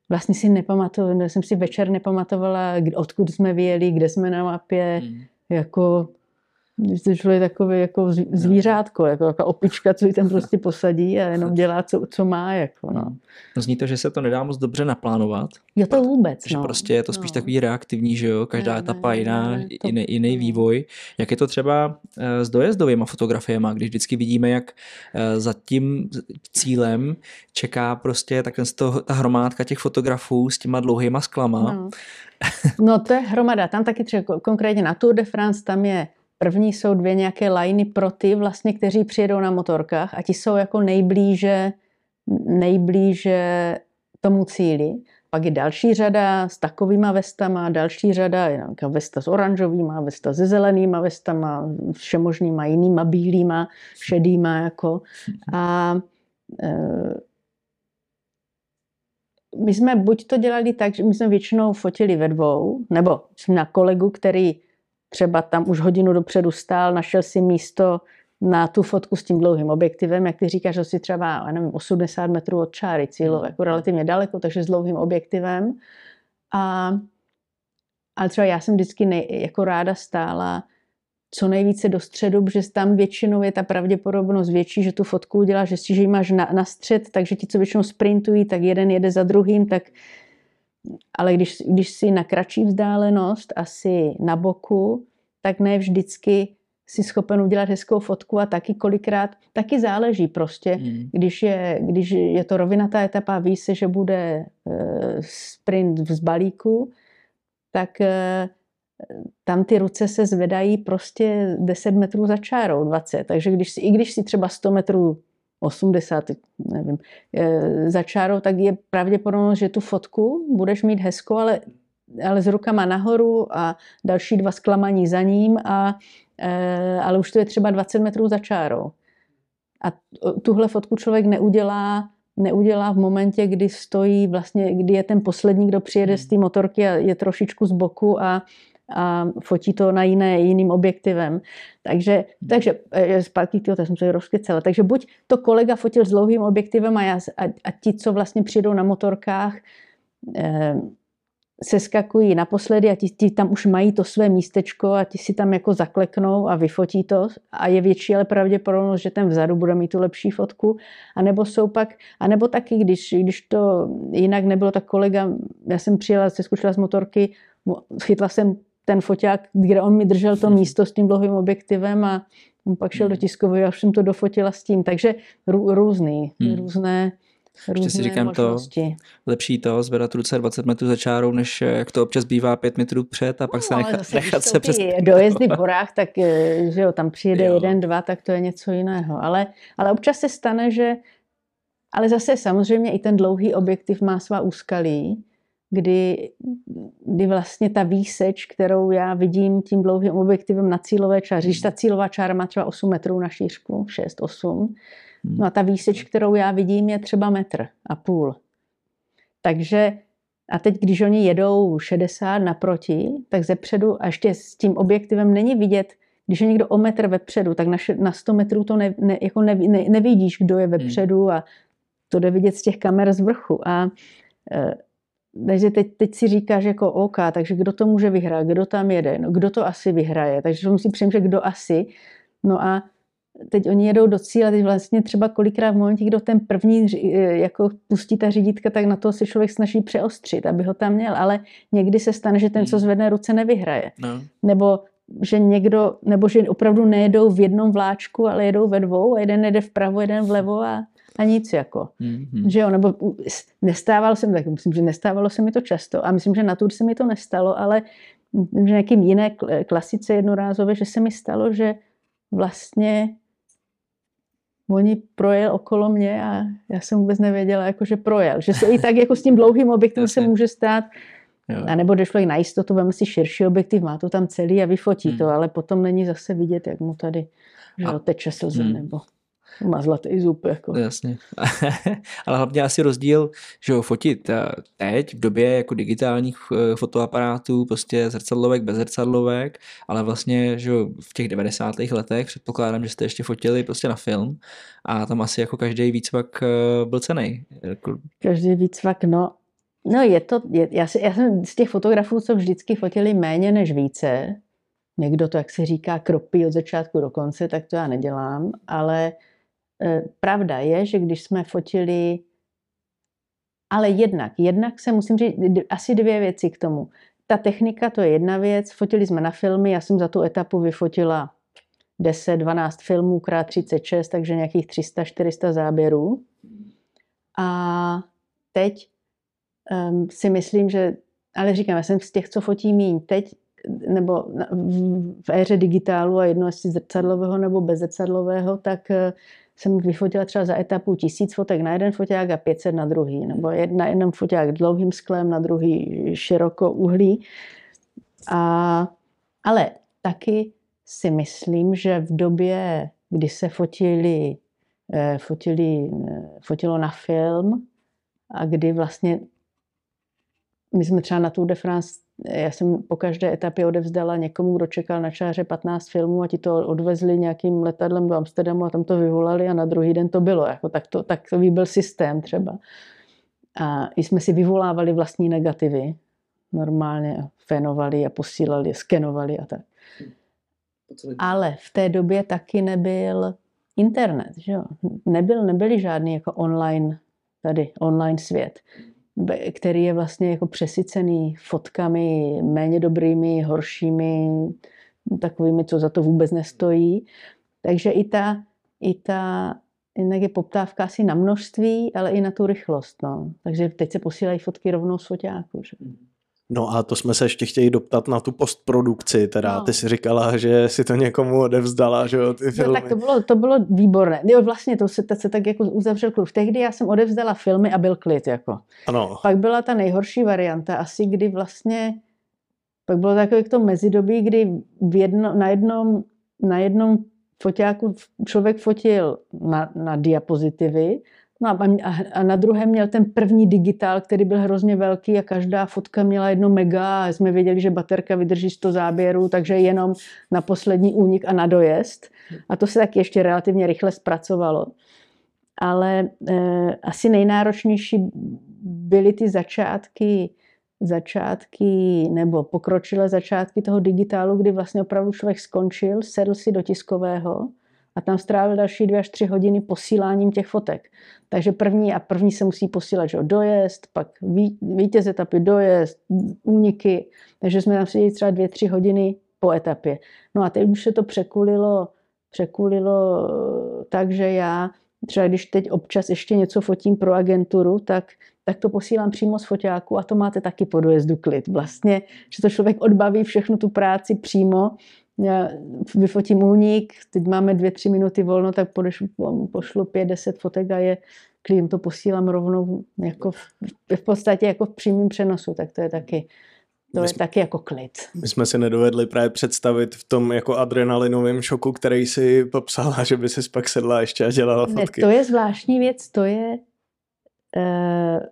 vlastně si nepamatovala, jsem si večer nepamatovala, odkud jsme vyjeli, kde jsme na mapě, hmm. jako... Když to člověk takový jako zvířátko, jako, jako opička, co ji tam prostě posadí a jenom dělá, co, co má. Jako, no. Zní to, že se to nedá moc dobře naplánovat. Jo, to vůbec. Že no. prostě je to spíš no. takový reaktivní, že jo, každá ne, etapa ne, jiná, ne, to, jiný, jiný no. vývoj. Jak je to třeba s dojezdovými fotografiemi, když vždycky vidíme, jak za tím cílem čeká prostě takhle ta hromádka těch fotografů s těma dlouhýma sklama. No. no to je hromada. Tam taky třeba konkrétně na Tour de France, tam je první jsou dvě nějaké lajny pro ty, vlastně, kteří přijedou na motorkách a ti jsou jako nejblíže, nejblíže tomu cíli. Pak je další řada s takovýma vestama, další řada je nějaká vesta s oranžovýma, vesta se zelenýma vestama, všemožnýma jinýma, bílýma, šedýma. Jako. A e, my jsme buď to dělali tak, že my jsme většinou fotili ve dvou, nebo jsem na kolegu, který třeba tam už hodinu dopředu stál, našel si místo na tu fotku s tím dlouhým objektivem, jak ty říkáš, že si třeba, já nevím, osmdesát metrů od čáry cílové, jako relativně daleko, takže s dlouhým objektivem. A, ale třeba já jsem vždycky nej, jako ráda stála co nejvíce do středu, protože tam většinou je ta pravděpodobnost větší, že tu fotku uděláš, že si, že ji máš na, na střed, takže ti, co většinou sprintují, tak jeden jede za druhým, tak ale když, když si na kratší vzdálenost, asi na boku, tak ne vždycky si schopen udělat hezkou fotku a taky kolikrát, taky záleží prostě, mm. když, je, když je to rovinatá etapa a ví se, že bude e, sprint z balíku, tak e, tam ty ruce se zvedají prostě deset metrů za čárou, dvacet, takže když si, i když si třeba sto metrů osmdesát, nevím, za čárou, tak je pravděpodobnost, že tu fotku budeš mít hezkou, ale, ale s rukama nahoru a další dva zklamaní za ním, a, ale už to je třeba dvacet metrů za čárou. A tuhle fotku člověk neudělá, neudělá v momentě, kdy stojí, vlastně, kdy je ten poslední, kdo přijede z té motorky a je trošičku z boku a a fotí to na jiné, jiným objektivem. Takže, takže zpátky tyho, tak jsem se rozkycela. Takže buď to kolega fotil s dlouhým objektivem a, já, a, a ti, co vlastně přijdou na motorkách, eh, se skakují naposledy a ti, ti tam už mají to své místečko a ti si tam jako zakleknou a vyfotí to a je větší ale pravděpodobnost, že ten vzadu bude mít tu lepší fotku. A nebo jsou pak, a nebo taky, když, když to jinak nebylo, tak kolega, já jsem přijela, se zkušela z motorky, chytla jsem ten foťák, kde on mi držel to místo s tím dlouhým objektivem a on pak šel do tiskového a už jsem to dofotila s tím. Takže rů, různý, hmm. různé, různé si říkám možnosti. To, lepší to zvedat ruce dvacet metrů za čárou, než jak to občas bývá pět metrů před a pak no, se nechat, zase, nechat se přes... dojezdy v horách, tak že jo, tam přijede jo. jeden, dva, tak to je něco jiného. Ale, ale občas se stane, že ale zase samozřejmě i ten dlouhý objektiv má svá úskalí, Kdy, kdy vlastně ta výseč, kterou já vidím tím dlouhým objektivem na cílové čáře, když ta cílová čára má třeba osm metrů na šířku, šest, osm, no a ta výseč, kterou já vidím, je třeba metr a půl. Takže a teď, když oni jedou šedesát naproti, tak zepředu a ještě s tím objektivem není vidět, když je někdo o metr vepředu, tak na, na sto metrů to ne, ne, jako ne, ne, nevidíš, kdo je vepředu a to jde vidět z těch kamer z vrchu. A e, takže teď, teď si říkáš jako OK, takže kdo to může vyhrát, kdo tam jede, no kdo to asi vyhraje, takže to musí přemýšlet, kdo asi. No a teď oni jedou do cíle, teď vlastně třeba kolikrát v momentě, kdo ten první jako pustí ta řídítka, tak na to se člověk snaží přeostřit, aby ho tam měl, ale někdy se stane, že ten, co zvedne ruce, nevyhraje. No. Nebo že někdo, nebo že opravdu nejedou v jednom vláčku, ale jedou ve dvou a jeden jede vpravo, jeden vlevo a a nic jako. Mm-hmm. Že jo, nebo nestávalo se mi, tak myslím, že nestávalo se mi to často a myslím, že na Tour se mi to nestalo, ale že nějakým jiné klasice jednorázové, že se mi stalo, že vlastně oni projel okolo mě a já jsem vůbec nevěděla, jako, že projel. Že se i tak jako s tím dlouhým objektivem se může stát, jo. A nebo došlo i na jistotu, veme si širší objektiv, má to tam celý a vyfotí hmm. to, ale potom není zase vidět, jak mu tady že a... teče slze hmm. nebo má zlatý zub. Jako. Jasně. Ale hlavně asi rozdíl, že ho fotit teď v době jako digitálních fotoaparátů, prostě zrcadlovek, bez zrcadlovek, ale vlastně, že v těch devadesátých letech předpokládám, že jste ještě fotili prostě na film a tam asi jako každý výcvak byl cenný. Jako... Každý výcvak, no No je to, je, já, si, já jsem z těch fotografů, co vždycky fotili méně než více, někdo to, jak se říká, kropí od začátku do konce, tak to já nedělám, ale e, pravda je, že když jsme fotili, ale jednak, jednak se musím říct asi dvě věci k tomu. Ta technika, to je jedna věc, fotili jsme na filmy, já jsem za tu etapu vyfotila deset dvanáct filmů krát třicet šest, takže nějakých tři sta čtyři sta záběrů. A teď um, si myslím, že, ale říkám, já jsem z těch, co fotí míň teď, nebo v, v éře digitálu a jedno jestli zrcadlového nebo bezzrcadlového, tak uh, jsem vyfotila třeba za etapu tisíc fotek na jeden foťák a pět set na druhý, nebo na jednom foťák dlouhým sklem, na druhý širokouhlý. A, ale taky si myslím, že v době, kdy se fotili, fotili, fotilo na film a kdy vlastně my jsme třeba na Tour de France, já jsem po každé etapě odevzdala někomu, kdo čekal na čáře patnáct filmů a ti to odvezli nějakým letadlem do Amsterdamu a tam to vyvolali a na druhý den to bylo. Jako tak to, takový byl systém třeba. A jsme si vyvolávali vlastní negativy. Normálně fénovali a posílali, skenovali a tak. Ale v té době taky nebyl internet, že jo? Nebyl, nebyly žádný jako online, tady online svět, který je vlastně jako přesycený fotkami méně dobrými, horšími, takovými, co za to vůbec nestojí. Takže i ta, i ta jinak je poptávka asi na množství, ale i na tu rychlost. No. Takže teď se posílají fotky rovnou z foťáku. Že? No a to jsme se ještě chtěli doptat na tu postprodukci, teda no. Ty si říkala, že si to někomu odevzdala, že jo, ty filmy. No, tak to bylo, to bylo výborné. Jo, vlastně to se, to se tak jako uzavřel kruh. Tehdy já jsem odevzdala filmy a byl klid, jako. Ano. Pak byla ta nejhorší varianta, asi kdy vlastně, pak bylo takové to mezidobí, kdy v jedno, na jednom, na jednom foťáku člověk fotil na, na diapozitivy, no a, a na druhém měl ten první digitál, který byl hrozně velký a každá fotka měla jedno mega a jsme věděli, že baterka vydrží sto záběrů, takže jenom na poslední únik a na dojezd. A to se taky ještě relativně rychle zpracovalo. Ale eh, asi nejnáročnější byly ty začátky, začátky nebo pokročilé začátky toho digitálu, kdy vlastně opravdu člověk skončil, sedl si do tiskového a tam strávil další dvě až tři hodiny posíláním těch fotek. Takže první a první se musí posílat, že dojezd, pak vítěz etapy, dojezd, úniky. Takže jsme tam seděli třeba dvě, tři hodiny po etapě. No a teď už se to překulilo, překulilo tak, že já třeba když teď občas ještě něco fotím pro agenturu, tak, tak to posílám přímo z foťáku a to máte taky po dojezdu klid. Vlastně, že to člověk odbaví všechnu tu práci přímo. Já vyfotím únik, teď máme dvě, tři minuty volno, tak pošlu pět, deset fotek a je klidem to posílám rovnou jako v, v podstatě jako v přímém přenosu, tak to je taky, to je jsme, taky jako klid. My jsme si nedovedli právě představit v tom jako adrenalinovém šoku, který si popsala, že by si pak sedla ještě a dělala fotky. Ne, to je zvláštní věc, to je uh,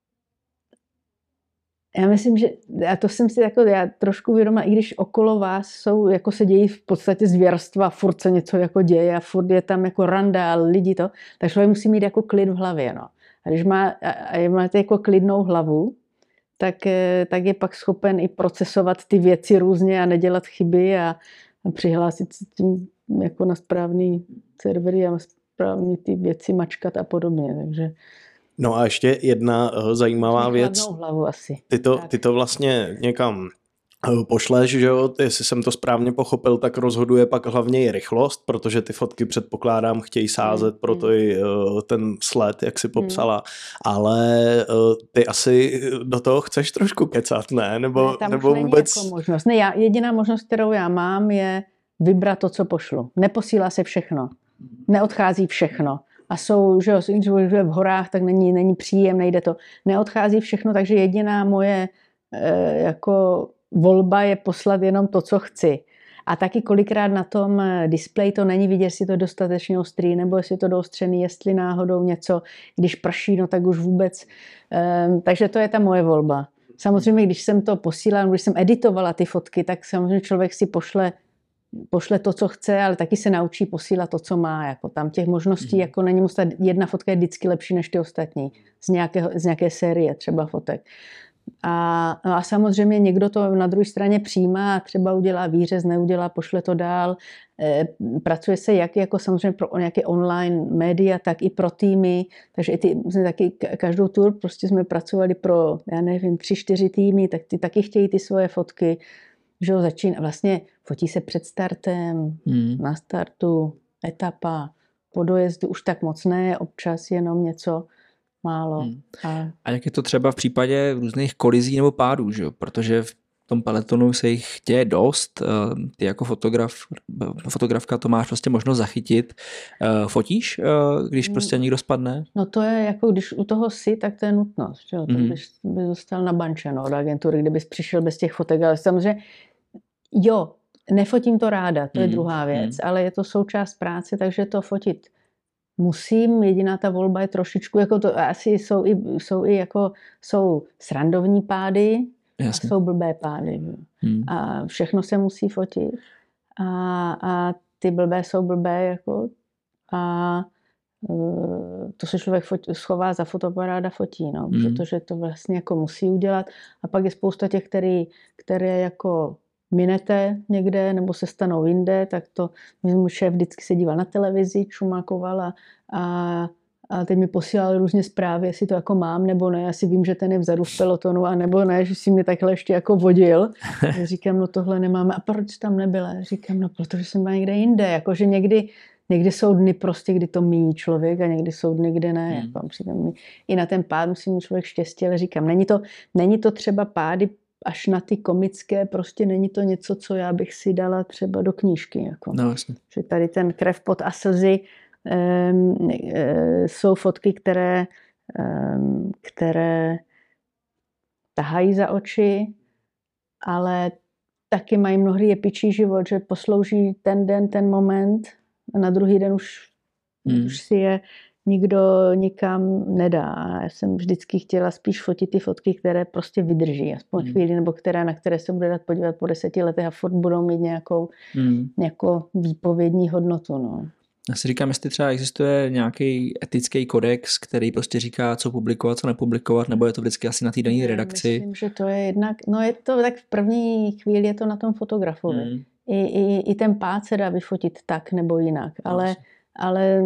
já myslím, že a to jsem si jako já trošku vědomá, i když okolo vás jsou, jako se dějí v podstatě zvěrstva, furt se něco jako děje a furt je tam jako randa a lidi to, tak člověk musí mít jako klid v hlavě, no. A když má, a máte jako klidnou hlavu, tak, tak je pak schopen i procesovat ty věci různě a nedělat chyby a, a přihlásit se tím jako na správný servery a na správný ty věci mačkat a podobně, takže no a ještě jedna uh, zajímavá věc. Hlavu asi. Ty to, ty to vlastně někam uh, pošleš, že jo, jestli jsem to správně pochopil, tak rozhoduje pak hlavně i rychlost, protože ty fotky předpokládám chtějí sázet, mm. proto i uh, ten sled, jak si popsala, mm. ale uh, ty asi do toho chceš trošku kecat, ne? Nebo, ne, tam nebo už není vůbec... jako možnost. Ne, já, jediná možnost, kterou já mám, je vybrat to, co pošlu. Neposílá se všechno. Neodchází všechno. A jsou, že v horách, tak není, není příjem, nejde to. Neodchází všechno, takže jediná moje e, jako volba je poslat jenom to, co chci. A taky kolikrát na tom displeji to není vidět, jestli to je dostatečně ostrý, nebo jestli to doostřený, jestli náhodou něco, když prší, no tak už vůbec. E, takže to je ta moje volba. Samozřejmě, když jsem to posílala, když jsem editovala ty fotky, tak samozřejmě člověk si pošle pošle to, co chce, ale taky se naučí posílat to, co má. Jako tam těch možností Mhm. jako není moc, ta jedna fotka je vždycky lepší než ty ostatní. Z, nějakého, z nějaké série třeba fotek. A, no a samozřejmě někdo to na druhé straně přijímá a třeba udělá výřez, neudělá, pošle to dál. E, pracuje se jak jako samozřejmě pro nějaké online média, tak i pro týmy. Takže i ty, jsme taky každou tour prostě jsme pracovali pro, já nevím, tři, čtyři týmy, tak ty taky chtějí ty svoje fotky. Že ho začíná, vlastně fotí se před startem, Hmm. na startu, etapa, po dojezdu už tak moc ne, občas jenom něco málo. Hmm. A A jak je to třeba v případě různých kolizí nebo pádů, že jo? Protože v tom peletonu se jich děje dost. Ty jako fotograf, fotografka to máš prostě možnost zachytit. Fotíš, když prostě někdo spadne? no to je jako, když u toho jsi, tak to je nutnost. Že? To Mhm. bys, bys dostal na bančeno od agentury, kdybys přišel bez těch fotek. Ale samozřejmě, jo, nefotím to ráda, to je Mhm. druhá věc, Mhm. ale je to součást práce, takže to fotit musím. Jediná ta volba je trošičku, jako to asi jsou i, jsou i jako, jsou srandovní pády, Jasně. a jsou blbé pády. Že? Hmm. A všechno se musí fotit. A, a ty blbé jsou blbé. Jako, a e, to se člověk fotí, schová za fotoaparát a fotí. No, Mm. protože to vlastně jako musí udělat. A pak je spousta těch, který, které jako minete někde nebo se stanou jinde, tak to můj šéf vždycky se díval na televizi, čumákoval a, a A teď mi posílal různě zprávy, jestli to jako mám nebo ne. Já si vím, že ten je vzadu v pelotonu a nebo ne, že si mě takhle ještě jako vodil. Já říkám, no tohle nemáme. A proč tam nebyla? Říkám, no protože jsem byla někde jinde. Jakože někdy, někdy jsou dny prostě, kdy to míjí člověk a někdy jsou dny, kde ne. Hmm. Jako, říkám, i na ten pád musí mít člověk štěstí, ale říkám, není to, není to třeba pády až na ty komické, prostě není to něco, co já bych si dala třeba do knížky. Jako. No jasně. Že tady ten krev, pot a slzy um, e, jsou fotky, které, um, které tahají za oči, ale taky mají mnohdy jepičí život, že poslouží ten den, ten moment a na druhý den už, Hmm. už si je nikdo nikam nedá. A já jsem vždycky chtěla spíš fotit ty fotky, které prostě vydrží, aspoň Hmm. chvíli, nebo které, na které se bude dát podívat po deseti letech a furt budou mít nějakou, Hmm. nějakou výpovědní hodnotu. No. Já si říkám, jestli třeba existuje nějaký etický kodex, který prostě říká, co publikovat, co nepublikovat, nebo je to vždycky asi na té dané redakci. Myslím, že to je jednak, no je to tak v první chvíli je to na tom fotografovi. Hmm. I, i, I ten pád se dá vyfotit tak nebo jinak, ale, Vlastně. ale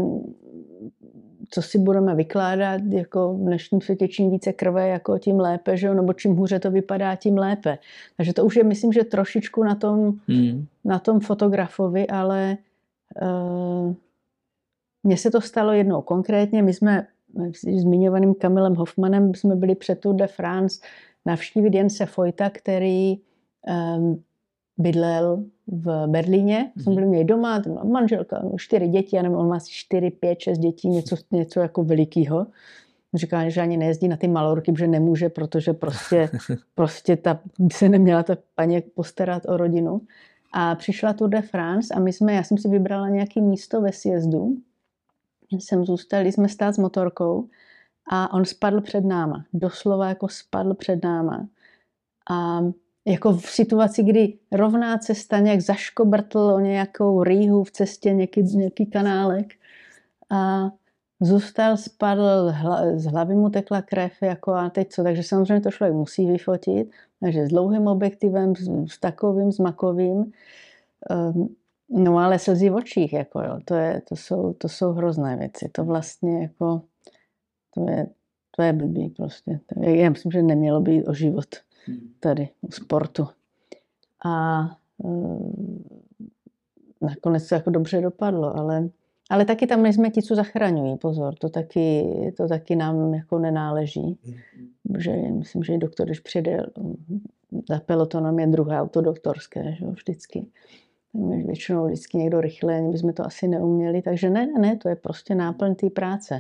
co si budeme vykládat, jako v dnešním světě čím více krve, jako tím lépe, že jo? Nebo čím hůře to vypadá, tím lépe. Takže to už je, myslím, že trošičku na tom, Hmm. na tom fotografovi, ale uh, mně se to stalo jednou konkrétně. My jsme s zmiňovaným Kamilem Hoffmanem jsme byli před Tour de France navštívit Jense Foyta, který um, bydlel v Berlíně. Jsme byli měli doma, tam byla manželka, čtyři děti, já nevím, on má asi čtyři, pět, šest dětí, něco, něco jako velikýho. Říká, že ani nejezdí na ty Malorky, že nemůže, protože prostě, prostě ta, se neměla ta paní postarat o rodinu. A přišla Tour de France a my jsme, já jsem si vybrala nějaké místo ve sjezdu. Jsem zůstali, jsme stát s motorkou a on spadl před náma. Doslova jako spadl před náma. A jako v situaci, kdy rovná cesta nějak zaškobrtl o nějakou rýhu v cestě, nějaký, nějaký kanálek a zůstal, spadl, hla, z hlavy mu tekla krev, jako a teď co, takže samozřejmě to člověk musí vyfotit, takže s dlouhým objektivem, s, s takovým, s makovým, um, no ale slzy v očích, jako jo, to, je, to, jsou, to jsou hrozné věci, to vlastně jako, to je, to je blbý prostě, já myslím, že nemělo být o život tady u sportu. A um, nakonec to jako dobře dopadlo, ale, ale taky tam nejsme ti, co zachraňují, pozor, to taky, to taky nám jako nenáleží. Že myslím, že doktor, když přijde za pelotonem, je druhé auto doktorské, že jo, vždycky. Většinou vždycky někdo rychle, ani bychom to asi neuměli, takže ne, ne, to je prostě náplň té práce.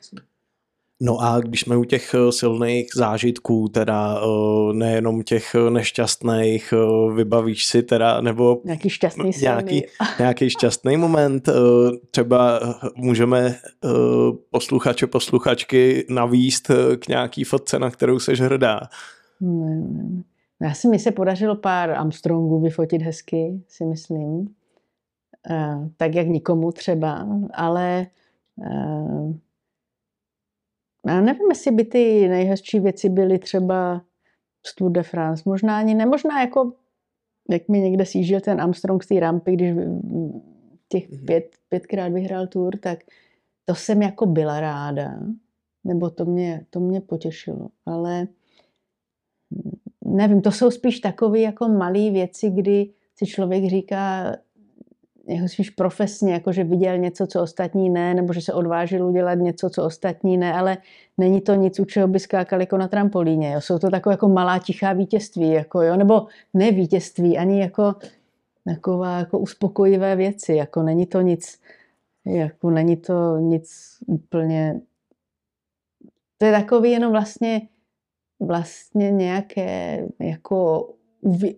No a když jsme u těch silných zážitků, teda nejenom těch nešťastných, vybavíš si teda, nebo nějaký šťastný nějaký, nějaký šťastný moment, třeba můžeme posluchače, posluchačky navíst k nějaký fotce, na kterou seš hrdá. Ne, ne. Já si mi se podařilo pár Armstrongů vyfotit hezky, si myslím. tak jak nikomu třeba, ale já nevím, jestli by ty nejhezčí věci byly třeba z Tour de France. Možná ani ne, možná jako, jak mi někde sjížděl ten Armstrong z té rampy, když těch pět, pětkrát vyhrál Tour, tak to jsem jako byla ráda. Nebo to mě, to mě potěšilo. Ale nevím, to jsou spíš takové jako malé věci, kdy si člověk říká, jako spíš profesně, jako že viděl něco, co ostatní ne, nebo že se odvážil udělat něco, co ostatní ne, ale není to nic, u čeho by skákal jako na trampolíně. Jo. Jsou to takové jako malá tichá vítězství, jako, jo, nebo ne vítězství, ani jako taková jako uspokojivé věci, jako není to nic, jako není to nic úplně, to je takový jenom vlastně, vlastně nějaké jako uvi,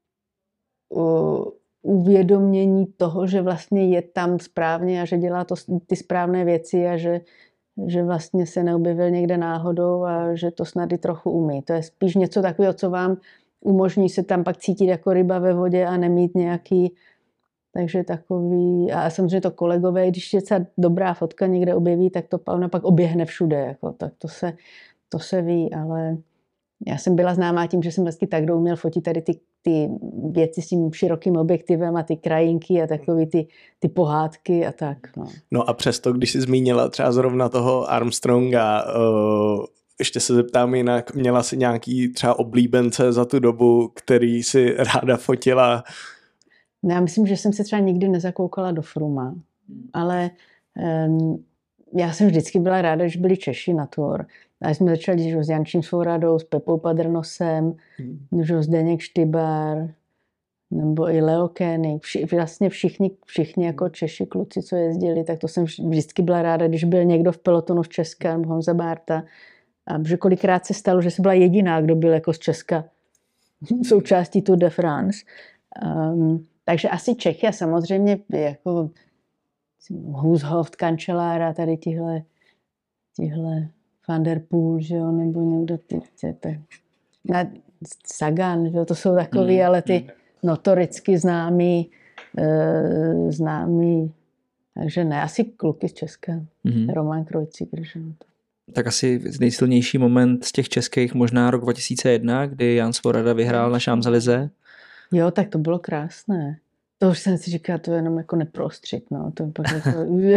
uh, uvědomění toho, že vlastně je tam správně a že dělá to, ty správné věci a že, že vlastně se neobjevil někde náhodou a že to snad i trochu umí. To je spíš něco takového, co vám umožní se tam pak cítit jako ryba ve vodě a nemít nějaký, takže takový, a samozřejmě to kolegové, když je třeba dobrá fotka někde objeví, tak to ona pak oběhne všude, jako, tak to se, to se ví, ale já jsem byla známá tím, že jsem vlastně tak uměl fotit tady ty, ty věci s tím širokým objektivem a ty krajinky a takový ty, ty pohádky a tak. No. No a přesto, když jsi zmínila třeba zrovna toho Armstronga, uh, ještě se zeptám jinak, měla jsi nějaký třeba oblíbence za tu dobu, který si ráda fotila? Já myslím, že jsem se třeba nikdy nezakoukala do Frooma, ale um, já jsem vždycky byla ráda, že byli Češi na Tour. A jsme začali že, s Jančím Svouradou, s Pepou Padrnosem, hmm. že, Zdeněk Štybár, nebo i Leo Koenig. Vši, vlastně všichni, všichni jako Češi kluci, co jezdili, tak to jsem vždycky byla ráda, když byl někdo v pelotonu z Česka, nebo Honza Bárta. A že kolikrát se stalo, že jsem byla jediná, kdo byl jako z Česka součástí Tour de France. Um, takže asi Čechy a samozřejmě jako Hushoft, Cancellara, tady tihle, tihle Van der Poel, že jo, nebo někdo ty, ty, ty na, Sagan, že jo, to jsou takový, mm, ale ty mm. notoricky známý, e, známý, takže ne, asi kluky z Česka, mm. Roman Krojcík, že jo. Tak asi nejsilnější moment z těch českých, možná rok dva tisíce jedna, kdy Jan Svorada vyhrál na Champs-Élysées. Jo, tak to bylo krásné. To už jsem si říkala, to je jenom jako neprostřed, no, to, pak jako,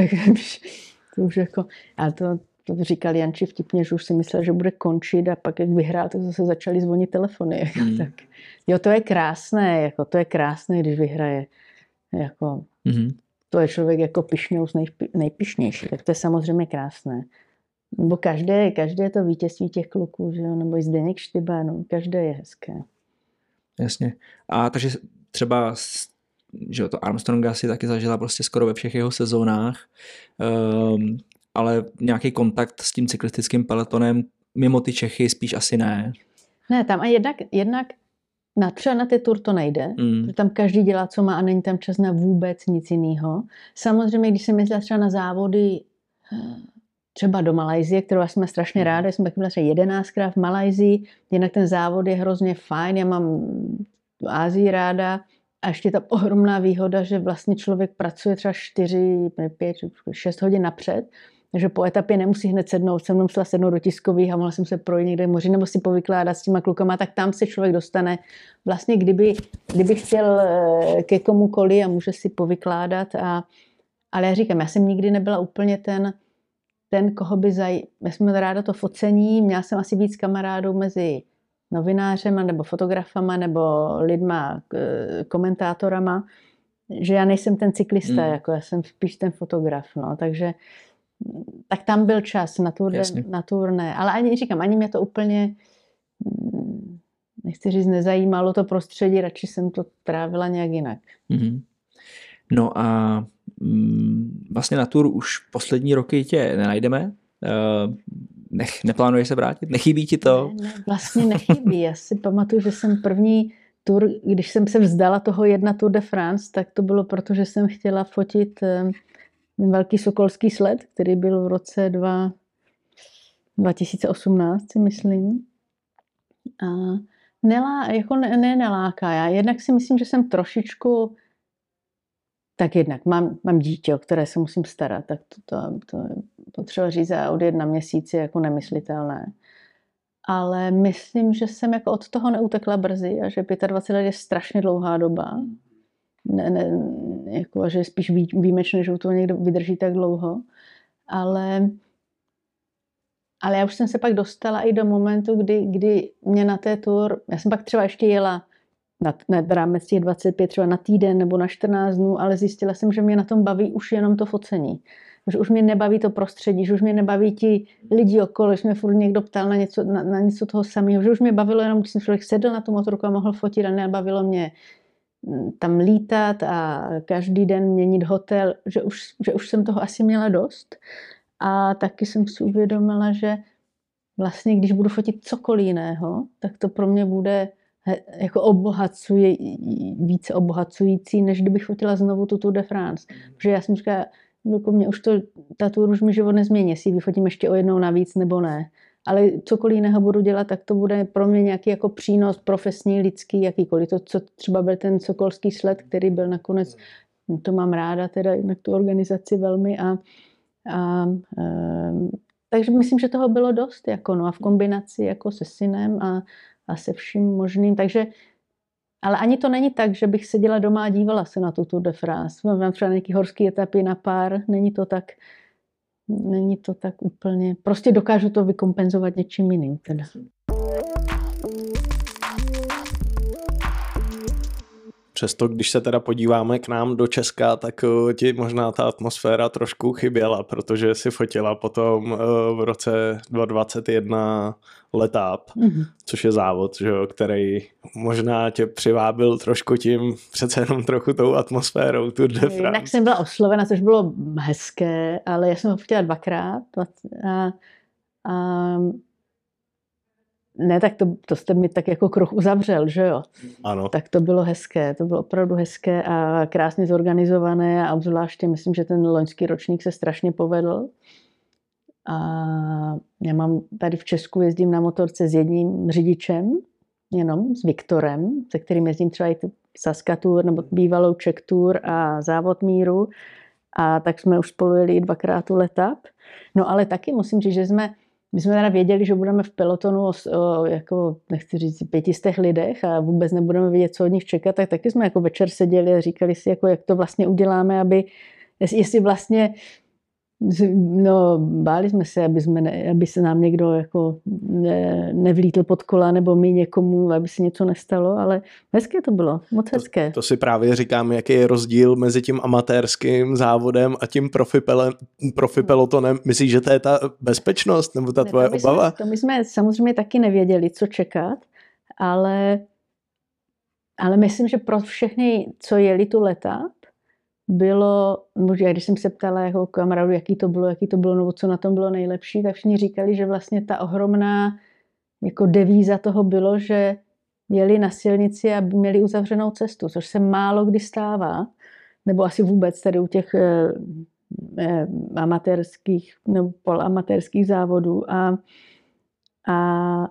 to už jako, ale to, to říkal Janči vtipně, že už si myslel, že bude končit a pak jak vyhrál, tak zase začali zvonit telefony. Jako, mm. tak. Jo, to je krásné, jako, to je krásné, když vyhraje. Jako, mm. To je člověk jako pyšňous nejpi, nejpyšnější, tak to je samozřejmě krásné. Nebo každé, každé to vítězství těch kluků, že jo, nebo i Zdeněk Štybár, no, každé je hezké. Jasně. A takže třeba že jo, to Armstronga si taky zažila prostě skoro ve všech jeho sezónách, um, ale nějaký kontakt s tím cyklistickým peletonem mimo ty Čechy spíš asi ne. Ne, tam a jednak, jednak na třeba na té Tour to nejde, mm. protože tam každý dělá, co má a není tam čas na vůbec nic jiného. Samozřejmě, když jsem jezdila třeba na závody třeba do Malajsie, kterou jsme strašně rádi, jsem taky byla třeba jedenáctkrát v Malajsii, jinak ten závod je hrozně fajn, já mám Asii ráda a ještě ta ohromná výhoda, že vlastně člověk pracuje třeba čtyři, pět, šest hodin napřed, takže po etapě nemusí hned sednout, jsem musela sednout do tiskových a mohla jsem se projít někde moři nebo si povykládat s těma klukama, tak tam se člověk dostane vlastně, kdyby, kdyby chtěl ke komukoli a může si povykládat. A, ale já říkám, já jsem nikdy nebyla úplně ten, ten koho by zaj... Já jsem ráda to focení, měla jsem asi víc kamarádů mezi novinářema nebo fotografama nebo lidma, komentátorama, že já nejsem ten cyklista, mm. jako já jsem spíš ten fotograf, no, takže tak tam byl čas na Tour, na Tour ne, ale ani říkám, ani mě to úplně, nechci říct, nezajímalo to prostředí, radši jsem to trávila nějak jinak. Mm-hmm. No a mm, vlastně na Tour už poslední roky tě nenajdeme, uh, Nech, neplánuješ se vrátit? Nechybí ti to? Ne, ne, vlastně nechybí. Já si pamatuju, že jsem první Tour, když jsem se vzdala toho jedna Tour de France, tak to bylo proto, že jsem chtěla fotit um, velký sokolský sled, který byl v roce dva, dva tisíce osmnáct, si myslím. A nelá, jako ne, ne neláká. Já jednak si myslím, že jsem trošičku tak jednak mám, mám dítě, o které se musím starat, tak to, to, to, to třeba říct a odjet na měsíc je jako nemyslitelné. Ale myslím, že jsem jako od toho neutekla brzy a že dvacet pět let je strašně dlouhá doba. Ne, ne, jako, že je spíš výjimečné, že u toho někdo vydrží tak dlouho. Ale, ale já už jsem se pak dostala i do momentu, kdy, kdy mě na té tour, já jsem pak třeba ještě jela na, na rámec těch dvacet pět třeba na týden nebo na čtrnáct dnů, ale zjistila jsem, že mě na tom baví už jenom to focení. Že už mě nebaví to prostředí, že už mě nebaví ti lidi okolo, že mě furt někdo ptal na něco, na, na něco toho samého, že už mě bavilo jenom, když jsem člověk sedl na tu motorku a mohl fotit, a nebavilo mě tam lítat a každý den měnit hotel, že už, že už jsem toho asi měla dost. A taky jsem si uvědomila, že vlastně, když budu fotit cokoliv jiného, tak to pro mě bude jako obohacují, více obohacující, než kdybych fotila znovu tu Tour de France. Protože já jsem říkala, jako mě už to, ta tour už mi život nezmění, jestli vyfotím ještě o jednou navíc nebo ne. Ale cokoliv jiného budu dělat, tak to bude pro mě nějaký jako přínos profesní, lidský, jakýkoliv. To, co třeba byl ten sokolský sled, který byl nakonec, to mám ráda, teda jednak tu organizaci velmi. A, a, e, takže myslím, že toho bylo dost, jako no, a v kombinaci jako se synem a, a se vším možným. Takže ale ani to není tak, že bych seděla doma a dívala se na tu Tour de France. Mám třeba nějaký horský etapy na pár, není to tak, není to tak úplně, prostě dokážu to vykompenzovat něčím jiným. Teda. Přesto, když se teda podíváme k nám do Česka, tak ti možná ta atmosféra trošku chyběla, protože si fotila potom v roce dva tisíce dvacet jedna Letap, mm-hmm. což je závod, že jo, který možná tě přivábil trošku tím, přece jenom trochu tou atmosférou Tour de France. Jinak jsem byla oslovena, což bylo hezké, ale já jsem ho fotila dvakrát a, a ne, tak to, to jste mi tak jako kruh uzavřel, že jo? Ano. Tak to bylo hezké, to bylo opravdu hezké a krásně zorganizované a obzvláště myslím, že ten loňský ročník se strašně povedl. A já mám tady v Česku, jezdím na motorce s jedním řidičem, jenom s Viktorem, se kterým jezdím třeba i Saska Tour nebo bývalou Czech Tour a závod míru. A tak jsme už spolu jeli dvakrát tu Letap. No ale taky musím říct, že jsme My jsme teda věděli, že budeme v pelotonu o, o jako, nechci říct, pětistech lidech a vůbec nebudeme vědět, co od nich čekat, tak taky jsme jako večer seděli a říkali si, jako, jak to vlastně uděláme, aby, jestli vlastně, no, báli jsme se, aby, jsme ne, aby se nám někdo jako ne, nevlítl pod kola, nebo my někomu, aby se něco nestalo, ale hezké to bylo, moc hezké. To, to si právě říkám, jaký je rozdíl mezi tím amatérským závodem a tím profipele, profipelotonem. Myslíš, že to je ta bezpečnost, nebo ta ne, tvoje to obava? Jsme, to my jsme samozřejmě taky nevěděli, co čekat, ale, ale myslím, že pro všechny, co jeli tu Letap, bylo, když jsem se ptala jako kamarádu, jaký to bylo, jaký to bylo, nebo co na tom bylo nejlepší, tak všichni říkali, že vlastně ta ohromná jako devíza toho bylo, že jeli na silnici a měli uzavřenou cestu, což se málo kdy stává, nebo asi vůbec tady u těch eh, eh, amatérských nebo polamatérských závodů. A, a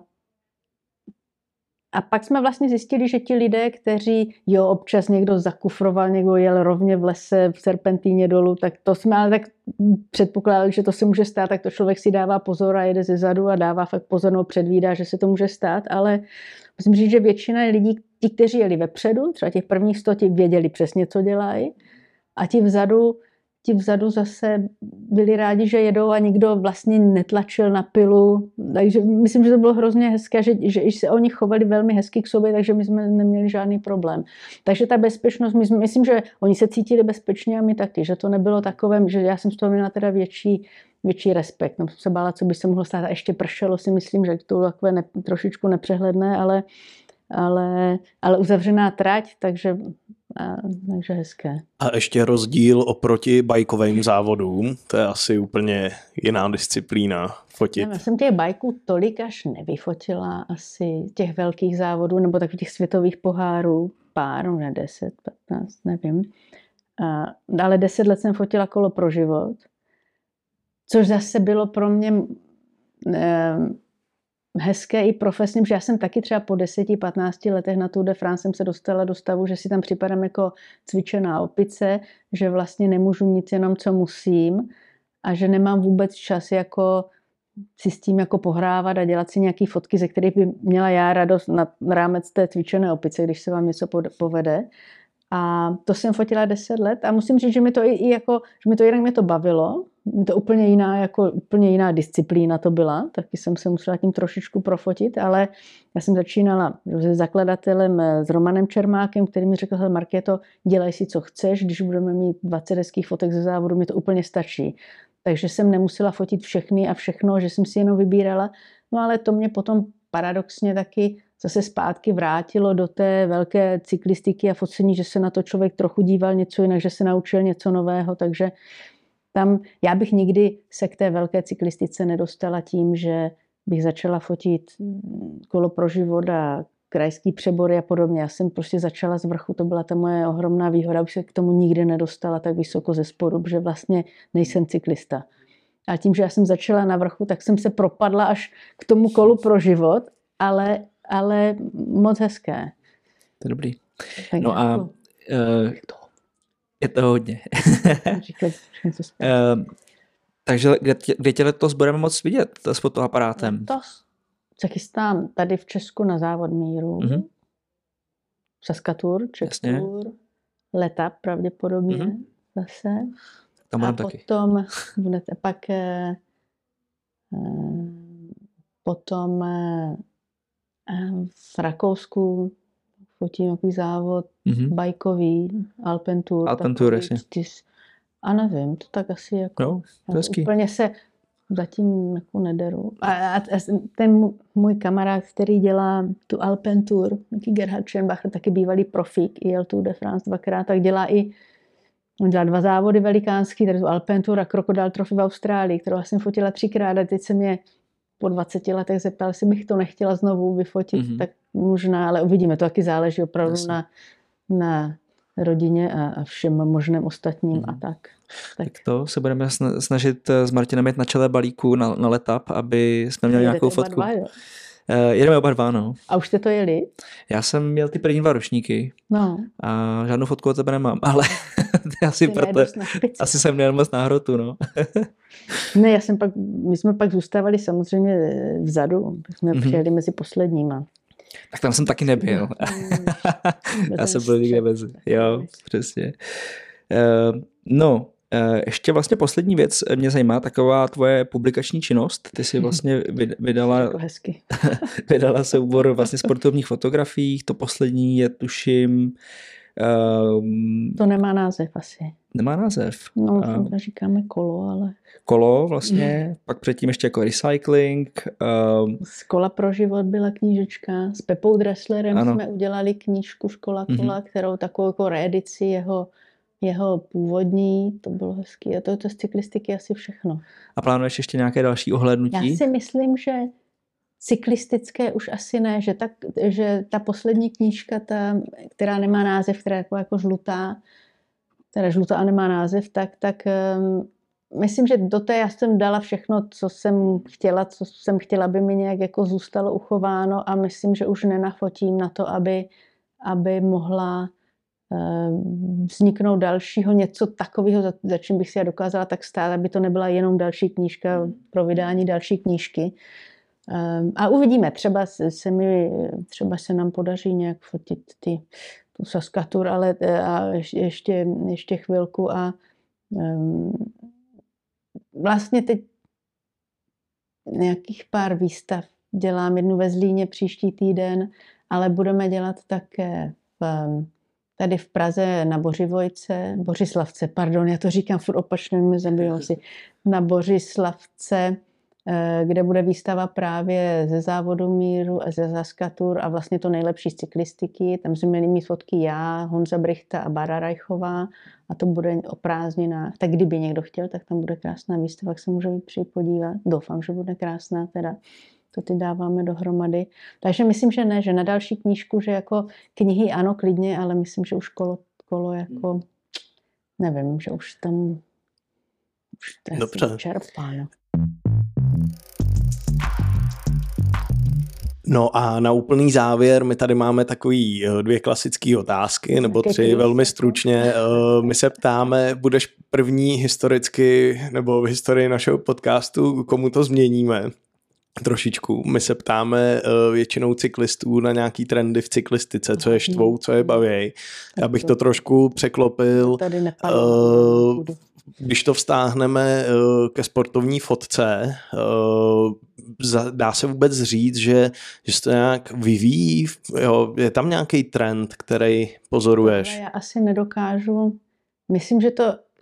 A pak jsme vlastně zjistili, že ti lidé, kteří, jo, občas někdo zakufroval, někdo jel rovně v lese, v serpentíně dolů, tak to jsme ale tak předpokládali, že to se může stát, tak to člověk si dává pozor a jede ze zadu a dává fakt pozor, no předvídá, že se to může stát, ale musím říct, že většina lidí, ti, kteří jeli vepředu, třeba těch prvních sto, ti věděli přesně, co dělají, a ti vzadu, ti vzadu zase byli rádi, že jedou a nikdo vlastně netlačil na pilu. Takže myslím, že to bylo hrozně hezké, že, že se oni chovali velmi hezky k sobě, takže my jsme neměli žádný problém. Takže ta bezpečnost, my, myslím, že oni se cítili bezpečně a my taky, že to nebylo takové, že já jsem z toho měla teda větší, větší respekt. No, jsem se bála, co by se mohlo stát a ještě pršelo, si myslím, že to bylo takové ne, trošičku nepřehledné, ale, ale, ale uzavřená trať, takže A, takže hezké. A ještě rozdíl oproti bajkovým závodům, to je asi úplně jiná disciplína fotit. Já jsem těch bajků tolik až nevyfotila, asi těch velkých závodů, nebo takových těch světových pohárů, pár, no ne deset, patnáct, nevím. A, ale deset let jsem fotila Kolo pro život, což zase bylo pro mě, eh, hezké i profesně, že já jsem taky třeba po deseti patnácti letech na Tour de France jsem se dostala do stavu, že si tam připadám jako cvičená opice, že vlastně nemůžu nic jenom, co musím a že nemám vůbec čas jako si s tím jako pohrávat a dělat si nějaký fotky, ze kterých by měla já radost na rámec té cvičené opice, když se vám něco povede. A to jsem fotila deset let a musím říct, že mi to i, i jako, že mi to jinak mě to bavilo. Mi to úplně jiná, jako úplně jiná disciplína to byla, taky jsem se musela tím trošičku profotit, ale já jsem začínala s zakladatelem, s Romanem Čermákem, který mi řekl, hele Markéto, dělej si, co chceš, když budeme mít dvacet hezkých fotek ze závodu, mi to úplně stačí. Takže jsem nemusela fotit všechny a všechno, že jsem si jenom vybírala, no ale to mě potom paradoxně taky zase zpátky vrátilo do té velké cyklistiky a focení, že se na to člověk trochu díval něco jinak, že se naučil něco nového, takže tam já bych nikdy se k té velké cyklistice nedostala tím, že bych začala fotit Kolo pro život a krajský přebory a podobně. Já jsem prostě začala z vrchu, to byla ta moje ohromná výhoda, už se k tomu nikdy nedostala tak vysoko ze spodu, protože vlastně nejsem cyklista. A tím, že já jsem začala na vrchu, tak jsem se propadla až k tomu Kolu pro život, ale, ale moc hezké. To je dobrý. Tak no a uh, je to hodně. uh, takže kde, kde tě letos budeme moc vidět s fotoaparátem? Letos se chystám tady v Česku na závod míru. Mm-hmm. Saskatur, Čektur, Letap pravděpodobně mm-hmm. zase. Tam a taky. Potom budete pak eh, potom eh, v Rakousku fotím nějaký závod mm-hmm. bajkový, Alpentour. Alpentour, jasně. A nevím, to tak asi jako no, to úplně se zatím jako nederu. A, a, a ten můj kamarád, který dělá tu Alpentour, nějaký Gerhard Schönbacher, taky bývalý profík, jel Tour de France dvakrát, tak dělá i on dělá dva závody velikánský, tady tu Alpentour a Crocodile Trophy v Austrálii, kterou jsem fotila třikrát a teď se mě po dvaceti letech zeptal, jestli bych to nechtěla znovu vyfotit, mm-hmm. tak možná, ale uvidíme, to taky záleží opravdu na, na rodině a, a všem možném ostatním mm-hmm. a tak. tak. Tak to se budeme snažit s Martinem jít na čele balíku na, na Letap, aby jsme měli nějakou fotku. Dva, jo? Uh, jedeme oba dva, no. A už jste to jeli? Já jsem měl ty první dva ročníky no. a žádnou fotku od tebe nemám, ale asi, proto, asi jsem měl moc náhrotu, no. Ne, já jsem pak, my jsme pak zůstávali samozřejmě vzadu, jsme mm-hmm. přijeli mezi posledníma. Tak tam jsem taky nebyl. Já jsem byl někde mezi. Jo, přesně. Uh, no, ještě vlastně poslední věc mě zajímá, taková tvoje publikační činnost. Ty jsi vlastně vydala, vydala soubor vlastně sportovních fotografií. To poslední je, tuším... Um, to nemá název asi. Nemá název. No, um, to říkáme kolo, ale... Kolo vlastně, mm. pak předtím ještě jako recycling. Um, Škola pro život byla knížečka. S Pepou Dresslerem ano. jsme udělali knížku Škola kola, mm-hmm. kterou takovou jako reedici jeho jeho původní, to bylo hezký. A to je to z cyklistiky asi všechno. A plánuješ ještě nějaké další ohlédnutí? Já si myslím, že cyklistické už asi ne, že, tak, že ta poslední knížka, ta, která nemá název, která je jako, jako žlutá, která žlutá a nemá název, tak, tak um, myslím, že do té já jsem dala všechno, co jsem chtěla, co jsem chtěla, aby mi nějak jako zůstalo uchováno a myslím, že už nenafotím na to, aby, aby mohla vzniknout dalšího něco takového, za, za čím bych si já dokázala tak stát, aby to nebyla jenom další knížka pro vydání další knížky. A uvidíme, třeba se mi, třeba se nám podaří nějak fotit ty, tu Saskatur, ale a ještě, ještě chvilku a um, vlastně teď nějakých pár výstav dělám, jednu ve Zlíně příští týden, ale budeme dělat také v tady v Praze na Bořivojce, Bořislavce, pardon, já to říkám furt opačně, zabijím si, na Bořislavce, kde bude výstava právě ze závodu míru a ze Saskatur a vlastně to nejlepší z cyklistiky. Tam jsme měli mít fotky já, Honza Brichta a Bára Rajchová a to bude o prázdninách. Tak kdyby někdo chtěl, tak tam bude krásná výstava, tak se může přijít podívat. Doufám, že bude krásná teda. To ty dáváme dohromady. Takže myslím, že ne, že na další knížku, že jako knihy ano, klidně, ale myslím, že už kolo, kolo jako, nevím, že už tam už to je čerpáno. No a na úplný závěr my tady máme takový dvě klasické otázky, nebo tři velmi stručně. My se ptáme, budeš první historicky, nebo v historii našeho podcastu, komu to změníme trošičku. My se ptáme většinou cyklistů na nějaký trendy v cyklistice, co je štvou, co je baví. Já bych to trošku překlopil. Tady nepadlo. Když to vztáhneme ke sportovní fotce, dá se vůbec říct, že, že se to nějak vyvíjí? Jo, je tam nějaký trend, který pozoruješ? Já asi nedokážu. Myslím, že to...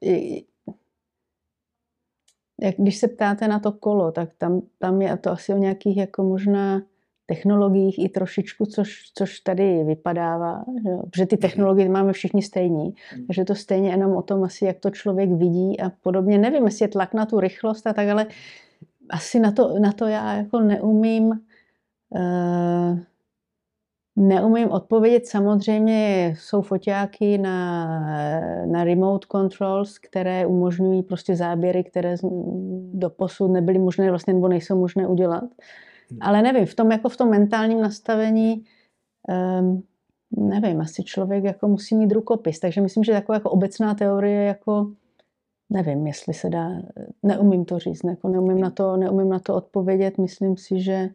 Jak když se ptáte na to kolo, tak tam, tam je to asi o nějakých jako možná technologiích i trošičku, což, což tady vypadává, že, protože ty technologie máme všichni stejní, takže to stejně jenom o tom asi, jak to člověk vidí a podobně. Nevím, jestli je tlak na tu rychlost a tak, ale asi na to, na to já jako neumím uh, neumím odpovědět. Samozřejmě jsou foťáky na, na remote controls, které umožňují prostě záběry, které doposud nebyly možné vlastně nebo nejsou možné udělat. Ale nevím, v tom, jako v tom mentálním nastavení, um, nevím, asi člověk jako musí mít rukopis. Takže myslím, že taková jako obecná teorie, jako nevím, jestli se dá, neumím to říct, jako neumím, na to, neumím na to odpovědět. Myslím si, že,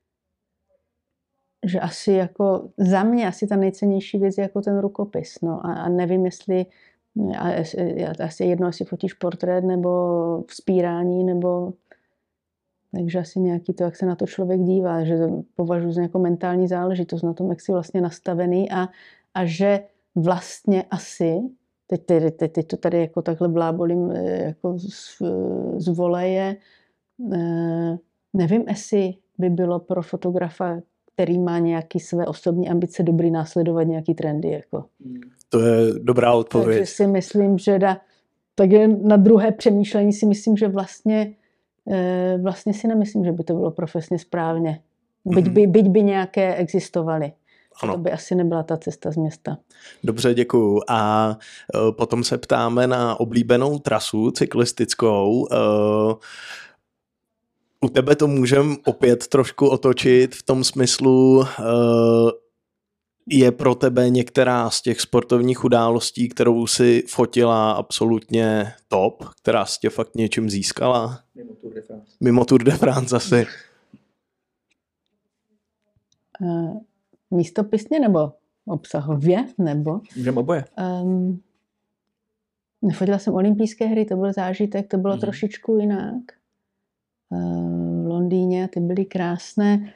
že asi jako za mě asi ta nejcennější věc je jako ten rukopis. No a, a nevím, jestli a, asi jedno, jestli fotíš portrét nebo vzpírání, nebo takže asi nějaký to, jak se na to člověk dívá, že to považuji za nějakou mentální záležitost na tom, jak jsi vlastně nastavený a, a že vlastně asi, teď, teď, teď, teď to tady jako takhle blábolím jako z, z voleje, nevím, jestli by bylo pro fotografa, který má nějaký své osobní ambice, dobrý následovat nějaký trendy. Jako. To je dobrá odpověď. Takže si myslím, že da, takže na druhé přemýšlení si myslím, že vlastně Vlastně si nemyslím, že by to bylo profesně správně. Byť by, byť by nějaké existovaly. Ano. To by asi nebyla ta cesta z města. Dobře, děkuju. A potom se ptáme na oblíbenou trasu cyklistickou. U tebe to můžeme opět trošku otočit v tom smyslu, je pro tebe některá z těch sportovních událostí, kterou si fotila absolutně top, která si tě fakt něčím získala? Mimo Tour de France. Mimo Tour de France asi. Uh, místopisně nebo obsahově? Nebo? Můžeme oboje. Um, nefotila jsem olympijské hry, to byl zážitek, to bylo mm. trošičku jinak. Uh, v Londýně, ty byly krásné.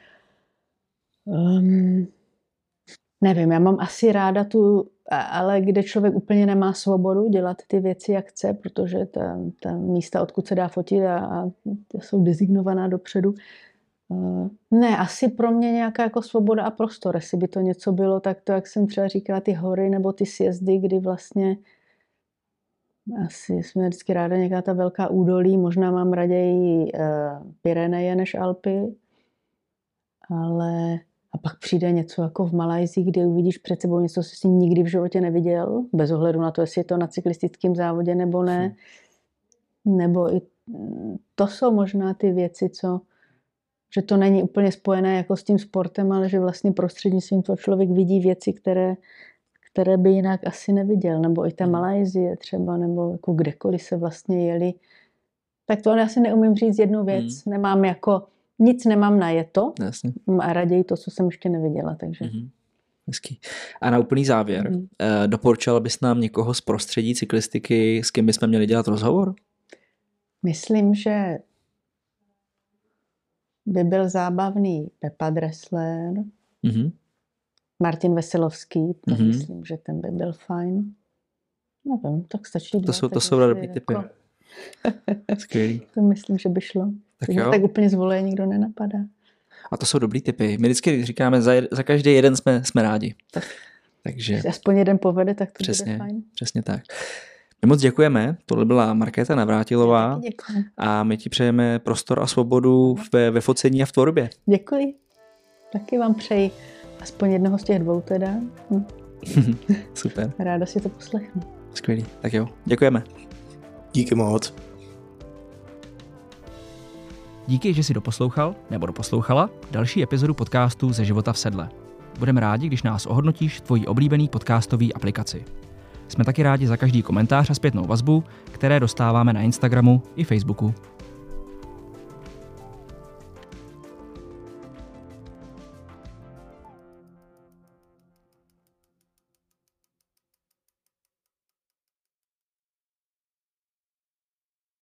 Um, Nevím, já mám asi ráda tu, ale kde člověk úplně nemá svobodu dělat ty věci, jak chce, protože ta, ta místa, odkud se dá fotit a, a jsou designovaná dopředu. Uh, ne, asi pro mě nějaká jako svoboda a prostor. Jestli by to něco bylo, tak to, jak jsem třeba říkala, ty hory nebo ty sjezdy, kdy vlastně asi jsme vždycky ráda nějaká ta velká údolí, možná mám raději uh, Pyreneje než Alpy, ale a pak přijde něco jako v Malajsii, kde uvidíš před sebou něco, co jsi nikdy v životě neviděl, bez ohledu na to, jestli je to na cyklistickém závodě nebo ne. Nebo i to jsou možná ty věci, co, že to není úplně spojené jako s tím sportem, ale že vlastně prostřednictvím toho člověk vidí věci, které, které by jinak asi neviděl. Nebo i ta Malajsie třeba, nebo jako kdekoliv se vlastně jeli. Tak to asi neumím říct jednu věc. Hmm. Nemám jako Nic nemám na je to a raději to, co jsem ještě neviděla. Takže. Mm-hmm. Hezký. A na úplný závěr, mm-hmm. doporučila bys nám někoho z prostředí cyklistiky, s kým bychom měli dělat rozhovor? Myslím, že by byl zábavný Pepa Dressler, mm-hmm. Martin Veselovský, to mm-hmm. myslím, že ten by byl fajn. Nevím, tak stačí. To jsou, to jsou dobrý typy. Jako... Skvělý. To myslím, že by šlo. Tak, tak úplně z voleje nikdo nenapadá. A to jsou dobrý typy. My vždycky říkáme, za, jed, za každý jeden jsme, jsme rádi. Tak. Takže... Když aspoň jeden povede, tak to přesně, bude fajn. Přesně tak. My moc děkujeme. Tohle byla Markéta Navrátilová. A my ti přejeme prostor a svobodu ve, ve focení a v tvorbě. Děkuji. Taky vám přeji aspoň jednoho z těch dvou teda. Hm. Super. Ráda si to poslechnu. Skvělý. Tak jo, děkujeme. Díky moc. Díky, že jsi doposlouchal nebo doposlouchala další epizodu podcastu Ze života v sedle. Budeme rádi, když nás ohodnotíš v tvojí oblíbený podcastový aplikaci. Jsme taky rádi za každý komentář a zpětnou vazbu, které dostáváme na Instagramu i Facebooku.